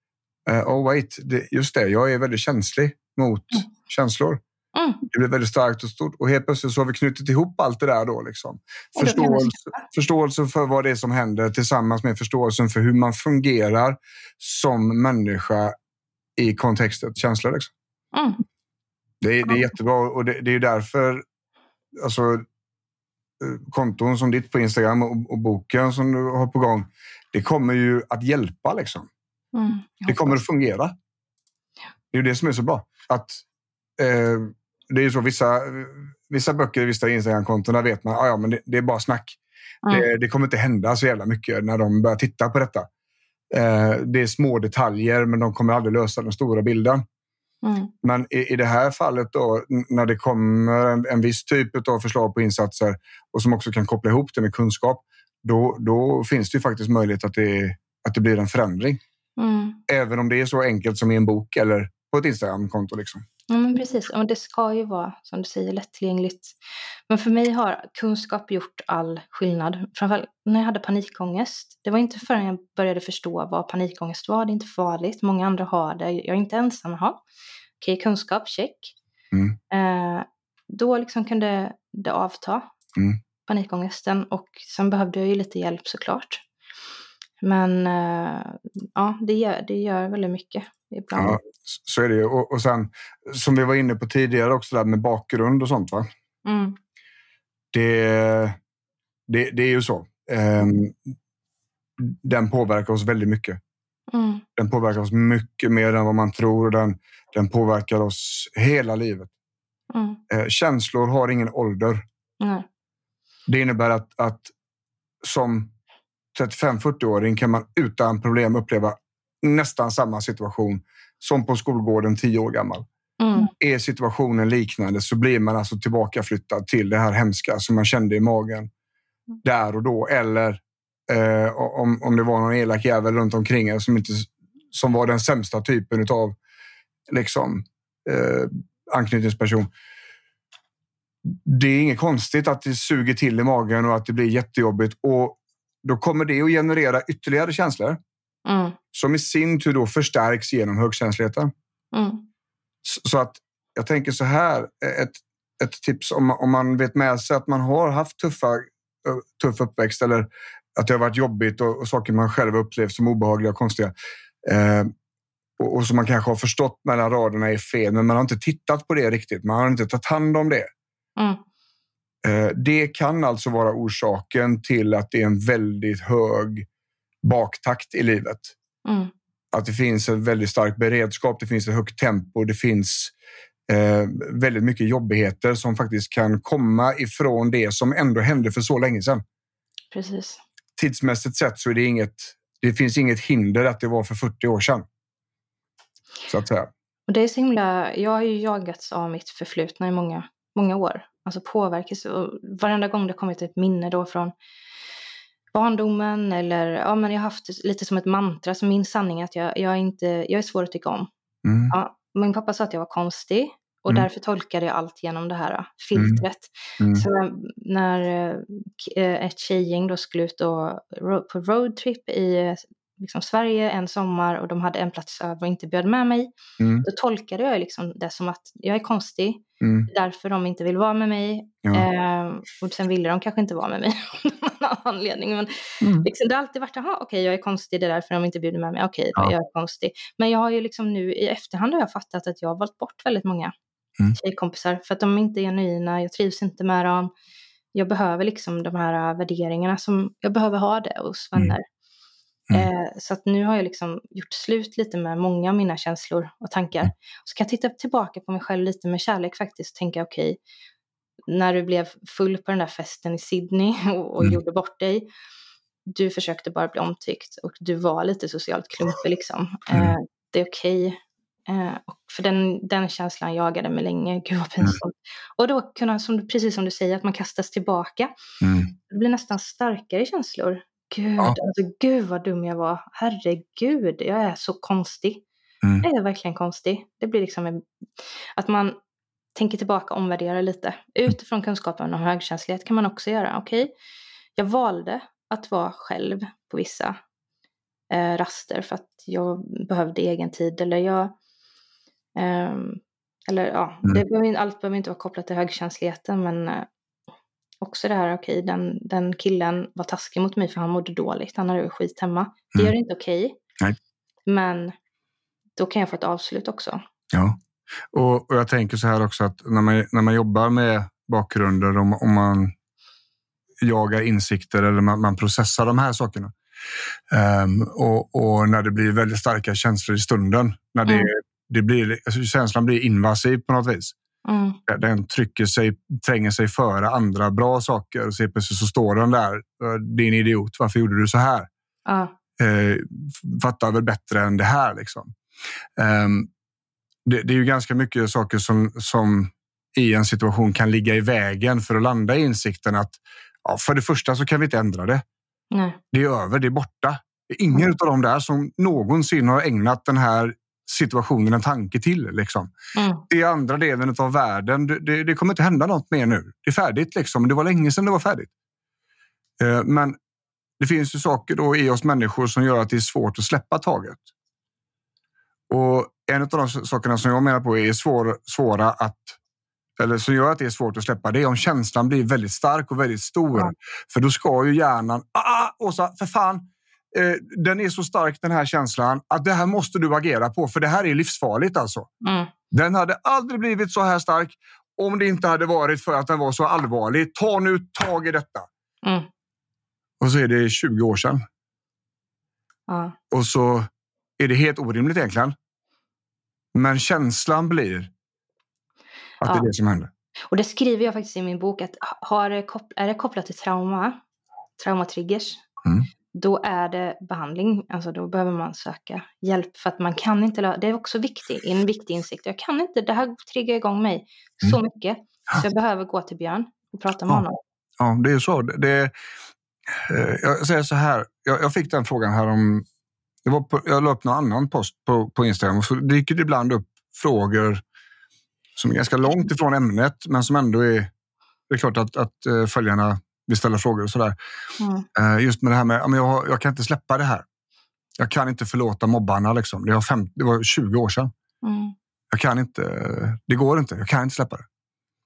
Just det, jag är väldigt känslig mot känslor. Det blir väldigt starkt och stort. Och helt plötsligt så har vi knutit ihop allt det där då. Liksom. Förståelse för vad det är som händer tillsammans med förståelsen för hur man fungerar som människa i kontextet känslor. Liksom. Det är jättebra och det är ju därför alltså, konton som ditt på Instagram och boken som du har på gång, det kommer ju att hjälpa liksom. Det kommer att fungera. Det är ju det som är så bra. Att det är ju så vissa böcker, vissa Instagram-konton, där vet man men det är bara snack. Det kommer inte hända så jävla mycket när de börjar titta på detta. Det är små detaljer men de kommer aldrig lösa den stora bilden. Men i det här fallet då, när det kommer en viss typ av förslag på insatser och som också kan koppla ihop det med kunskap, då finns det ju faktiskt möjlighet att det blir en förändring. Även om det är så enkelt som i en bok eller på ett Instagram-konto liksom. Ja, men precis. Och det ska ju vara, som du säger, lättillgängligt. Men för mig har kunskap gjort all skillnad. Framförallt när jag hade panikångest. Det var inte förrän jag började förstå vad panikångest var. Det är inte farligt. Många andra har det. Jag är inte ensam. Okej, kunskap, check. Då liksom kunde det avta. Panikångesten. Och sen behövde jag ju lite hjälp såklart. Men det gör väldigt mycket ibland. Ja, så är det ju. Och sen, som vi var inne på tidigare också där med bakgrund och sånt va? Det är ju så. Den påverkar oss väldigt mycket. Den påverkar oss mycket mer än vad man tror. Den påverkar oss hela livet. Känslor har ingen ålder. Det innebär att som 35-40-åring kan man utan problem uppleva nästan samma situation som på skolgården 10 år gammal. Är situationen liknande så blir man alltså tillbakaflyttad till det här hemska som man kände i magen där och då. Eller om det var någon elak jävel runt omkring er som var den sämsta typen av liksom, anknytningsperson. Det är inget konstigt att det suger till i magen och att det blir jättejobbigt. Och då kommer det att generera ytterligare känslor. Som i sin tur då förstärks genom högkänsligheten. Så att jag tänker så här. Ett tips om man vet med sig att man har haft tuff uppväxt. Eller att det har varit jobbigt och saker man själv upplevt som obehagliga och konstiga. Och som man kanske har förstått mellan raderna är fel. Men man har inte tittat på det riktigt. Man har inte tagit hand om det. Det kan alltså vara orsaken till att det är en väldigt hög baktakt i livet. Att det finns en väldigt stark beredskap, det finns ett högt tempo, det finns väldigt mycket jobbigheter som faktiskt kan komma ifrån det som ändå hände för så länge sedan. Precis. Tidsmässigt sett så är det finns inget hinder att det var för 40 år sedan. Så att säga. Och det är så himla, jag har ju jagats av mitt förflutna i många, många år. Alltså påverkas, och varenda gång det kommit ett minne då från barndomen eller men jag har haft lite som ett mantra som min sanning att jag är svår att tycka om. Min pappa sa att jag var konstig och därför tolkade jag allt genom det här filtret. Så när ett tjejgäng då skulle ut på roadtrip i liksom Sverige en sommar och de hade en plats över och inte bjöd med mig. Då tolkade jag liksom det som att jag är konstig. Därför de inte vill vara med mig. Och sen ville de kanske inte vara med mig av anledning. Men liksom, det har alltid varit, okej, jag är konstig, det är därför de inte bjuder med mig. Okej, jag är konstig. Men jag har ju liksom nu i efterhand har jag fattat att jag har valt bort väldigt många tjejkompisar. För att de inte är genuina, jag trivs inte med dem. Jag behöver liksom de här värderingarna som jag behöver ha det hos vänner. Så att nu har jag liksom gjort slut lite med många av mina känslor och tankar. Så kan jag titta tillbaka på mig själv lite med kärlek faktiskt. Tänka okej, när du blev full på den där festen i Sydney och gjorde bort dig. du försökte bara bli omtyckt och du var lite socialt klumpig liksom. Det är okej. Och för den känslan jagade mig länge. Gud vad pinsamt. Och då kunna, precis som du säger, att man kastas tillbaka. Det blir nästan starkare känslor. Gud vad dum jag var. Herregud, jag är så konstig. Jag är verkligen konstig. Det blir liksom att man tänker tillbaka och omvärderar lite. Utifrån kunskapen om högkänslighet kan man också göra. Okej, jag valde att vara själv på vissa raster för att jag behövde egen tid. Allt behöver inte vara kopplat till högkänsligheten, men också det här, okej, den killen var taskig mot mig för han mådde dåligt. Han hade skit hemma. Det gör det inte okej. Nej. Men då kan jag få ett avslut också. Ja, och jag tänker så här också att när man jobbar med bakgrunder, om man jagar insikter eller man processar de här sakerna. Och när det blir väldigt starka känslor i stunden, när det blir, alltså känslan blir invasiv på något vis. Den tränger sig före andra bra saker och plötsligt så står den där, din idiot, varför gjorde du så här? Fattar väl bättre än det här liksom. Det är ju ganska mycket saker som i en situation kan ligga i vägen för att landa i insikten att för det första så kan vi inte ändra det. Nej. Det är över, det är borta. Det är ingen av dem där som någonsin har ägnat den här situationen en tanke till. Liksom. Det är andra delen av världen. Det kommer inte hända något mer nu. Det är färdigt liksom. Det var länge sedan det var färdigt. Men det finns ju saker då i oss människor som gör att det är svårt att släppa taget. Och en av de sakerna som jag menar på är svåra att, eller som gör att det är svårt att släppa, det är om känslan blir väldigt stark och väldigt stor. För då ska ju hjärnan, Åsa, för fan, den är så stark den här känslan att det här måste du agera på, för det här är livsfarligt alltså. Den hade aldrig blivit så här stark om det inte hade varit för att den var så allvarlig. Ta nu tag i detta. Och så är det 20 år sedan. Och så är det helt orimligt egentligen. Men känslan blir att det är det som händer. Och det skriver jag faktiskt i min bok, att är det kopplat till traumatriggers, då är det behandling. Alltså då behöver man söka hjälp, för att man kan inte, det är också en viktig insikt. Jag kan inte, det här triggar igång mig så mycket. Så jag behöver gå till Björn och prata med honom. Ja, det är så. Jag säger så här, jag fick den frågan här om, jag la upp någon annan post på Instagram, och så dyker det ibland upp frågor som är ganska långt ifrån ämnet, men som ändå är klart att följarna vill ställa frågor och sådär. Just med det här med, jag kan inte släppa det här. Jag kan inte förlåta mobbarna liksom. Det var 20 år sedan. Jag kan inte, det går inte, jag kan inte släppa det.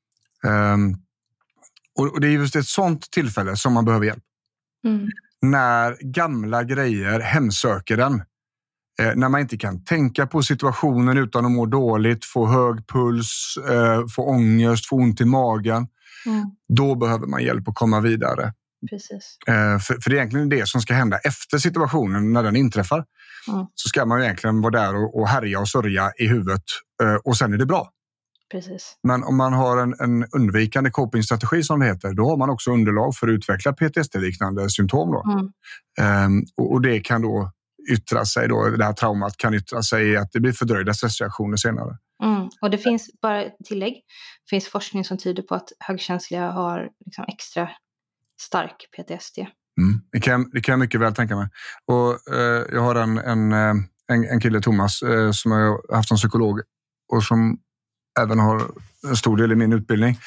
Och det är just ett sånt tillfälle som man behöver hjälp. När gamla grejer hemsöker den. När man inte kan tänka på situationen utan att må dåligt, få hög puls, få ångest, få ont i magen. Då behöver man hjälp att komma vidare. Precis. För det är egentligen det som ska hända efter situationen, när den inträffar. Så ska man ju egentligen vara där och härja och sörja i huvudet, och sen är det bra. Precis. Men om man har en undvikande copingstrategi som det heter, då har man också underlag för att utveckla PTSD-liknande symptom. Då. Och det kan då yttra sig, då, det här traumat kan yttra sig i att det blir fördröjda stressreaktioner senare. Och det finns, bara tillägg, det finns forskning som tyder på att högkänsliga har liksom extra stark PTSD. Det kan jag mycket väl tänka mig. Och jag har en kille, Thomas, som jag har haft som psykolog och som även har en stor del i min utbildning.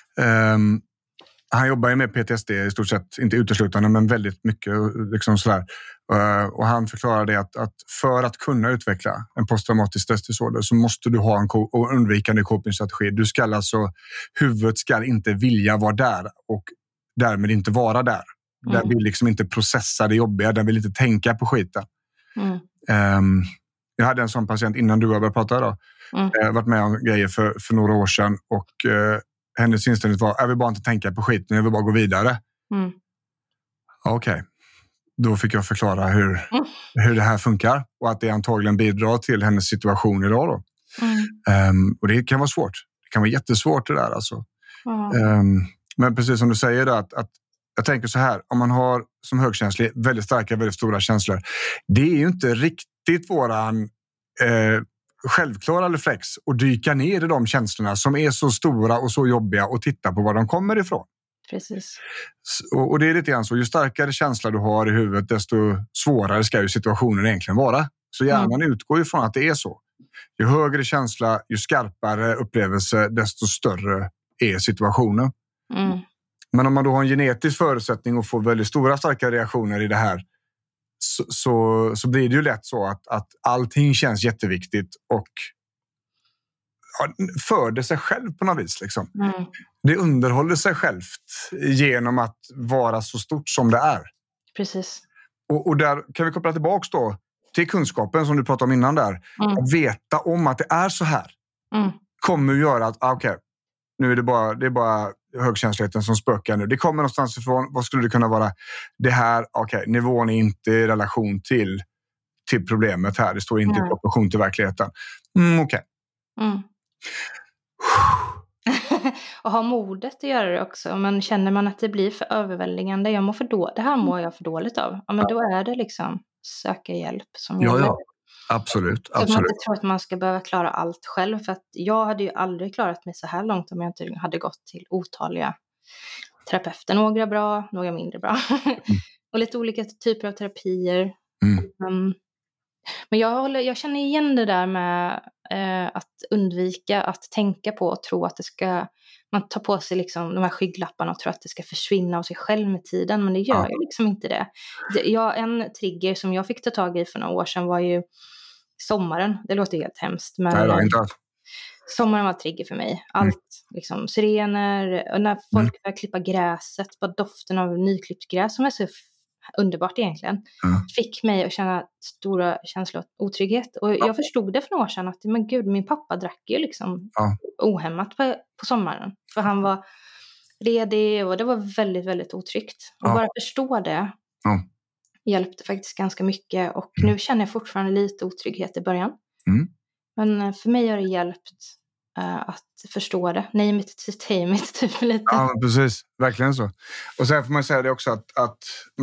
Han jobbar ju med PTSD i stort sett, inte uteslutande, men väldigt mycket liksom sådär. Och han förklarar det att för att kunna utveckla en posttraumatisk stressdisorder så måste du ha en undvikande copingstrategi. Du ska alltså, huvudet ska inte vilja vara där och därmed inte vara där. Den vill liksom inte processa det jobbiga, den vill inte tänka på skiten. Jag hade en sån patient innan du började prata då. Jag har varit med om grejer för några år sedan, och hennes inställning var, jag vill bara inte tänka på skiten, jag vill bara gå vidare. Okej. Då fick jag förklara hur det här funkar, och att det antagligen bidrar till hennes situation idag då. Och det kan vara svårt. Det kan vara jättesvårt det där alltså. Men precis som du säger då, att jag tänker så här, om man har som högkänslig väldigt starka, väldigt stora känslor. Det är ju inte riktigt våran självklara reflex att dyka ner i de känslorna som är så stora och så jobbiga och titta på var de kommer ifrån. Precis. Och det är lite grann så, ju starkare känsla du har i huvudet, desto svårare ska ju situationen egentligen vara. Så hjärnan utgår ju från att det är så. Ju högre känsla, ju skarpare upplevelse, desto större är situationen. Mm. Men om man då har en genetisk förutsättning och får väldigt stora starka reaktioner i det här, så blir det ju lätt så att allting känns jätteviktigt och föder sig själv på något vis. Liksom. Mm. Det underhåller sig självt genom att vara så stort som det är. Precis. Och där kan vi koppla tillbaka då till kunskapen som du pratade om innan där. Att veta om att det är så här kommer att göra att nu är det är bara högkänsligheten som spökar nu. Det kommer någonstans ifrån. Vad skulle det kunna vara? Det här, nivån är inte i relation till problemet här. Det står inte i proportion till verkligheten. Okej. Och ha modet att göra det också. Men känner man att det blir för överväldigande, det här mår jag för dåligt av. Ja, men då är det liksom söka hjälp som gäller. Ja. Absolut. Så att man inte tror att man ska behöva klara allt själv. För att jag hade ju aldrig klarat mig så här långt om jag inte hade gått till otaliga terapeuter. Några bra, några mindre bra. Och lite olika typer av terapier. Men jag känner igen det där med att undvika att tänka på och tro att man tar på sig liksom de här skygglapparna och tror att det ska försvinna av sig själv med tiden. Men det gör ju liksom inte det. En trigger som jag fick ta tag i för några år sedan var ju sommaren. Det låter helt hemskt. Men nej, inte alls. Sommaren var trigger för mig. Allt, liksom sirener, och när folk började klippa gräset, bara doften av nyklippt gräs som är så underbart egentligen, fick mig att känna stora känslor av otrygghet. Och jag förstod det för några år sedan att men gud, min pappa drack ju liksom ohämmat på sommaren. För han var redig och det var väldigt, väldigt otryggt. Och bara förstå det hjälpte faktiskt ganska mycket. Och nu känner jag fortfarande lite otrygghet i början. Men för mig har det hjälpt att förstå det. Name it, tame it, typ lite. Ja, precis. Verkligen så. Och sen får man säga det också att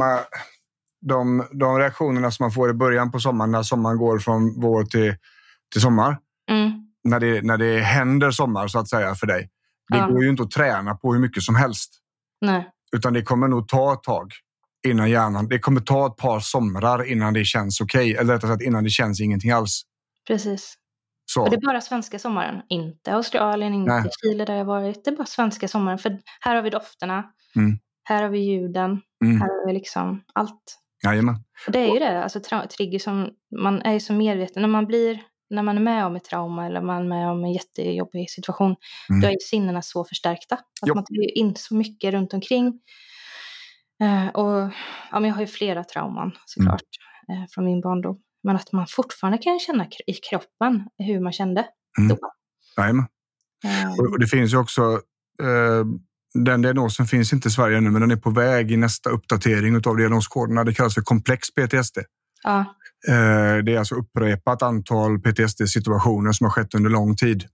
de reaktionerna som man får i början på sommaren, när sommaren går från vår till sommar, när det händer sommar så att säga för dig, det går ju inte att träna på hur mycket som helst. Nej. Utan det kommer nog ta ett tag innan hjärnan, det kommer ta ett par somrar innan det känns okej. Eller rättare sagt innan det känns ingenting alls. Precis. Så. Och det är bara svenska sommaren, inte Australien, inte Chile där jag varit. Det är bara svenska sommaren, för här har vi dofterna, här har vi ljuden, här har vi liksom allt. Jajamän. Och det är ju det, alltså trigger som man är så medveten, när man är med om ett trauma eller man är med om en jättejobbig situation, då är sinnena så förstärkta. Att man tar ju in så mycket runt omkring. Och men jag har ju flera trauman såklart från min barndom. Men att man fortfarande kan känna i kroppen hur man kände då. Jajamän. Och det finns ju också, den diagnosen finns inte i Sverige nu, men den är på väg i nästa uppdatering av diagnoskoderna. Det kallas för komplex PTSD. Ja. Det är alltså upprepat antal PTSD-situationer som har skett under lång tid.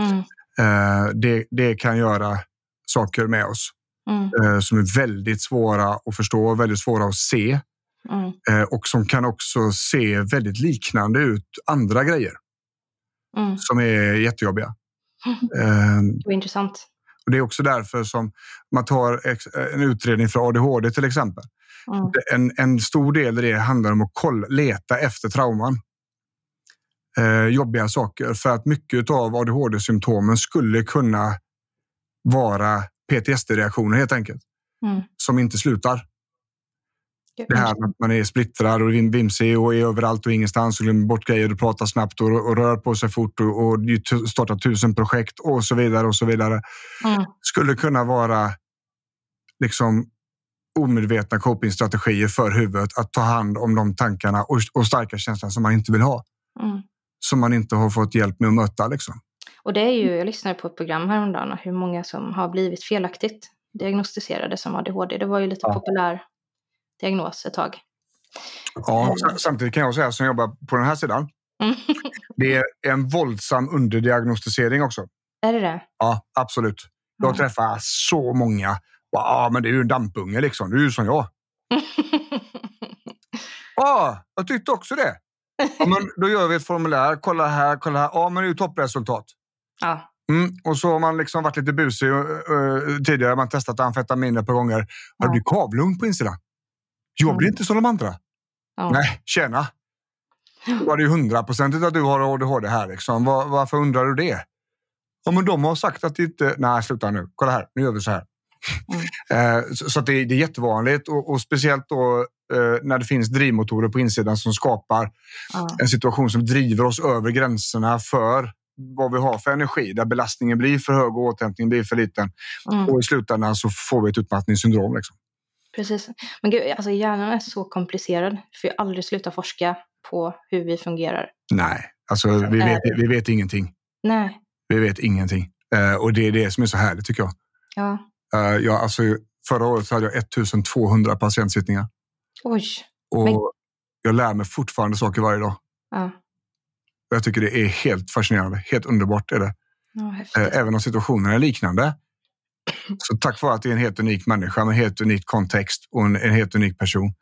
Det kan göra saker med oss som är väldigt svåra att förstå, väldigt svåra att se. Och som kan också se väldigt liknande ut andra grejer som är jättejobbiga. Det är intressant. Och det är också därför som man tar en utredning för ADHD till exempel. En stor del i det handlar om att leta efter trauman. Jobbiga saker, för att mycket av ADHD-symptomen skulle kunna vara PTSD-reaktioner helt enkelt. Som inte slutar. Det här att man är splittrad och vimsig och är överallt och ingenstans och glömmer bort grejer och pratar snabbt och rör på sig fort och startar 1000 projekt och så vidare och så vidare. Skulle kunna vara liksom omedvetna copingstrategier för huvudet att ta hand om de tankarna och starka känslor som man inte vill ha. Som man inte har fått hjälp med att möta liksom. Och det är ju, jag lyssnade på ett program häromdagen hur många som har blivit felaktigt diagnostiserade som ADHD. Det var ju lite populär diagnos ett tag. Ja, samtidigt kan jag säga som jobbar på den här sidan. Det är en våldsam underdiagnostisering också. Är det det? Ja, absolut. Jag träffar så många Ja, men det är ju en dampunge liksom. Du är ju som jag. Jag tyckte också det. Ja, men då gör vi ett formulär. Kolla här. Ja, men det är ju toppresultat. Ja. Och så har man liksom varit lite busig tidigare. Man testat amfetamin ett par gånger. Ja. Det blir kavlugn på insidan. Jag blir inte som de andra. Ja. Nej, tjena. Då var det ju 100% att du har ADHD här liksom. Varför undrar du det? Ja, men de har sagt att det inte... Nej, sluta nu. Kolla här, nu gör vi så här. Så att det är jättevanligt. Och speciellt då när det finns drivmotorer på insidan som skapar en situation som driver oss över gränserna för vad vi har för energi. Där belastningen blir för hög och återhämtningen blir för liten. Och i slutändan så får vi ett utmattningssyndrom liksom. Precis. Men gud, alltså hjärnan är så komplicerad. För jag aldrig slutar forska på hur vi fungerar. Nej, alltså vi vet ingenting. Nej. Vi vet ingenting. Och det är det som är så härligt tycker jag. Ja. Alltså, förra året så hade jag 1200 patientsittningar. Oj. Och jag lär mig fortfarande saker varje dag. Ja. Jag tycker det är helt fascinerande. Helt underbart är det. Ja, även om situationerna är liknande. Så tack vare att det är en helt unik människa med en helt unik kontext och en helt unik person.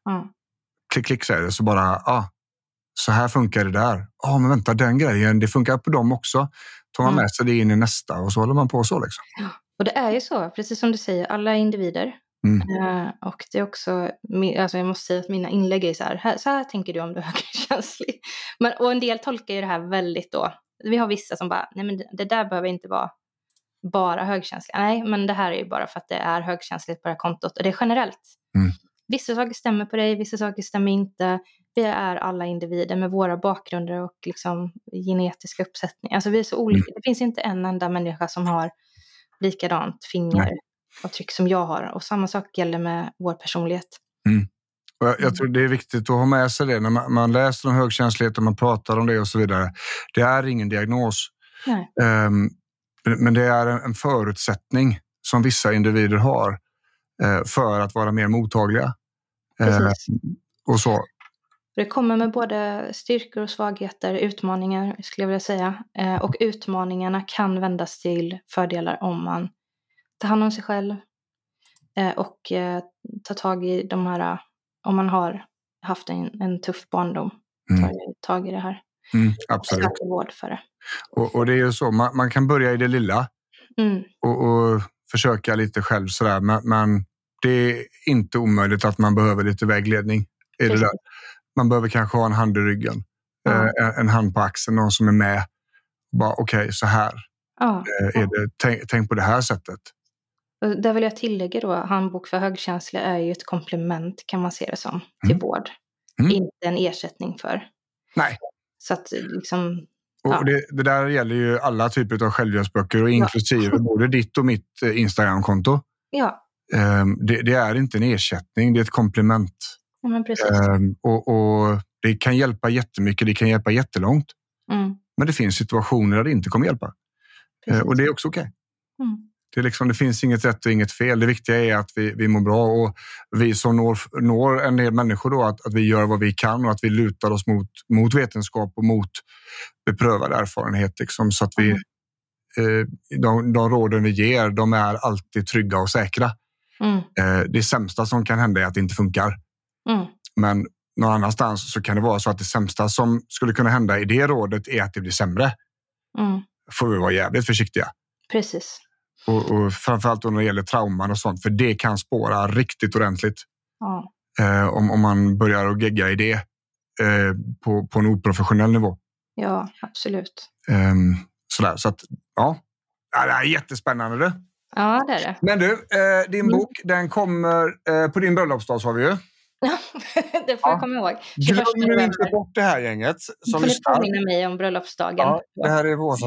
Klick säger det så bara, så här funkar det där. Men vänta, den grejen, det funkar på dem också. Tar man med sig det in i nästa och så håller man på så liksom. Ja. Och det är ju så, precis som du säger, alla är individer. Och det är också, alltså jag måste säga att mina inlägg är så här tänker du om du är högkänslig. Och en del tolkar ju det här väldigt då. Vi har vissa som bara, nej men det där behöver inte vara bara högkänsligt. Nej, men det här är ju bara för att det är högkänsligt på det här kontot. Och det är generellt. Vissa saker stämmer på dig, vissa saker stämmer inte. Vi är alla individer med våra bakgrunder och liksom genetiska uppsättningar. Alltså vi är så olika. Det finns inte en enda människa som har likadant fingeravtryck som jag har. Och samma sak gäller med vår personlighet. Och jag tror det är viktigt att ha med sig det. När man läser om högkänslighet och man pratar om det och så vidare. Det är ingen diagnos. Men det är en förutsättning som vissa individer har för att vara mer mottagliga. Och så. Det kommer med både styrkor och svagheter, utmaningar skulle jag vilja säga. Och utmaningarna kan vändas till fördelar om man tar hand om sig själv. Och tar tag i de här, om man har haft en tuff barndom. Tar tag i det här. Absolut. Och söker vård för det. Och det är ju så, man kan börja i det lilla. Och försöka lite själv sådär. Men det är inte omöjligt att man behöver lite vägledning i det där. Man behöver kanske ha en hand i ryggen. En hand på axeln, någon som är med. Bara okej, så här. Är det, tänk på det här sättet. Och där vill jag tillägga då, handbok för högkänsliga är ju ett komplement kan man se det som till vård. Inte en ersättning för. Nej. Så att liksom... Och det där gäller ju alla typer av självhjälpsböcker och inklusive både ditt och mitt Instagram-konto. Ja. Det är inte en ersättning, det är ett komplement. Ja, men precis. Och det kan hjälpa jättemycket, det kan hjälpa jättelångt. Men det finns situationer där det inte kommer hjälpa. Och det är också okej. Det finns inget rätt och inget fel. Det viktiga är att vi mår bra och vi som når en del människor då att vi gör vad vi kan och att vi lutar oss mot vetenskap och mot beprövad erfarenhet liksom, så att vi de råden vi ger, de är alltid trygga och säkra. Det sämsta som kan hända är att det inte funkar. Men någon annanstans så kan det vara så att det sämsta som skulle kunna hända i det rådet är att det blir sämre. Får vi vara jävligt försiktiga. Precis. Och framförallt när det gäller trauman och sånt, för det kan spåra riktigt ordentligt. Om man börjar att gegga i det på en oprofessionell nivå. Ja, absolut. Sådär, så att det är jättespännande det. Ja, det är det. Men du, din bok, den kommer på din bröllopsdag, sa vi ju. Ja, det får jag komma ihåg. Glöm nu inte bort det här gänget. Som får du påminna mig om bröllopsdagen. Ja, det här är vårt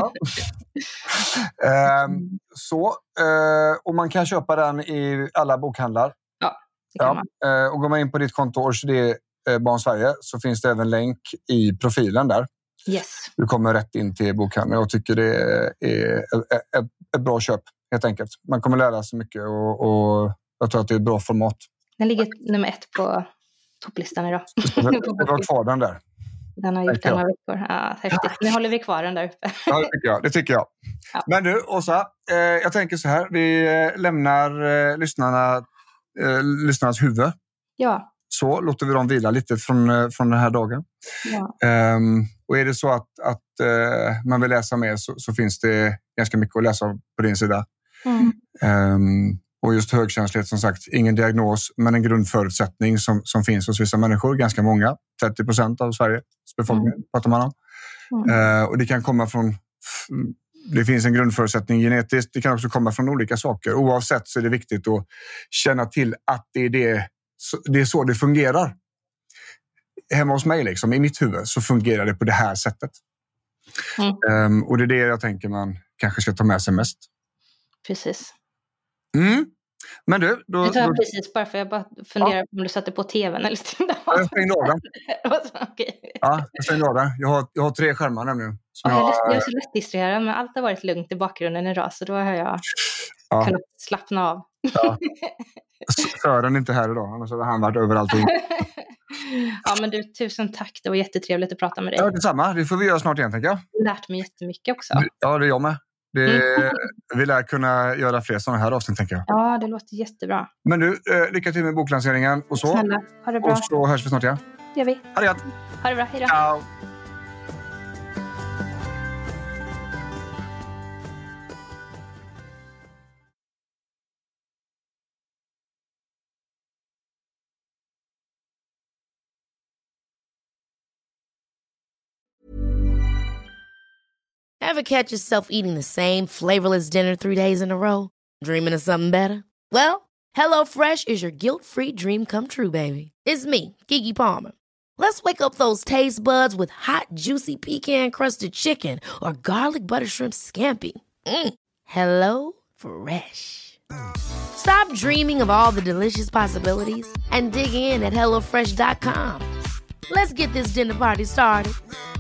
och man kan köpa den i alla bokhandlar. Ja, det kan man. Och går man in på ditt konto Orkidé Barn Sverige så finns det även länk i profilen där. Yes. Du kommer rätt in till bokhandeln. Jag tycker det är ett bra köp, helt enkelt. Man kommer lära sig mycket och jag tror att det är ett bra format. Den ligger nummer 1 på topplistan idag. Du har kvar den där. Den har gjort några veckor. Ja, häftigt. Nu håller vi kvar den där uppe. Ja, det tycker jag. Ja. Men du, Åsa, jag tänker så här. Vi lämnar lyssnarnas huvud. Ja. Så låter vi dem vila lite från den här dagen. Ja. Och är det så att man vill läsa mer så finns det ganska mycket att läsa på din sida. Och just högkänslighet, som sagt, ingen diagnos, men en grundförutsättning som finns hos vissa människor, ganska många, 30% av Sveriges befolkning pratar man om. Och det kan komma från, det finns en grundförutsättning genetiskt, det kan också komma från olika saker. Oavsett så är det viktigt att känna till att det är så det fungerar. Hemma hos mig, liksom, i mitt huvud, så fungerar det på det här sättet. Och det är det jag tänker man kanske ska ta med sig mest. Precis. Men du, då precis, bara för jag bara funderar på om du satte på tvn eller stängde av. Jag stängde av den. Okay. Ja, jag stängde av den. Jag har 3 skärmar nämligen. Jag är så lätt distraherad, men allt har varit lugnt i bakgrunden idag, så då har jag kunnat slappna av. Ja. Sören är inte här idag, annars hade han varit överallt. Ja, men du, tusen tack. Det var jättetrevligt att prata med dig. Ja, detsamma. Det får vi göra snart igen, tänker jag. Lärt mig jättemycket också. Ja, det är jag med. Vi lär kunna göra fler sådana här avsnitt, tänker jag. Ja, det låter jättebra. Men du, lycka till med boklanseringen och så. Snälla, ha det bra. Och så hörs vi snart igen. Det gör vi. Ha det gott. Ha det bra, hej då. Ciao. Ever catch yourself eating the same flavorless dinner 3 days in a row? Dreaming of something better? Well, HelloFresh is your guilt-free dream come true, baby. It's me, Keke Palmer. Let's wake up those taste buds with hot, juicy pecan-crusted chicken or garlic butter shrimp scampi. Hello Fresh. Stop dreaming of all the delicious possibilities and dig in at HelloFresh.com. Let's get this dinner party started.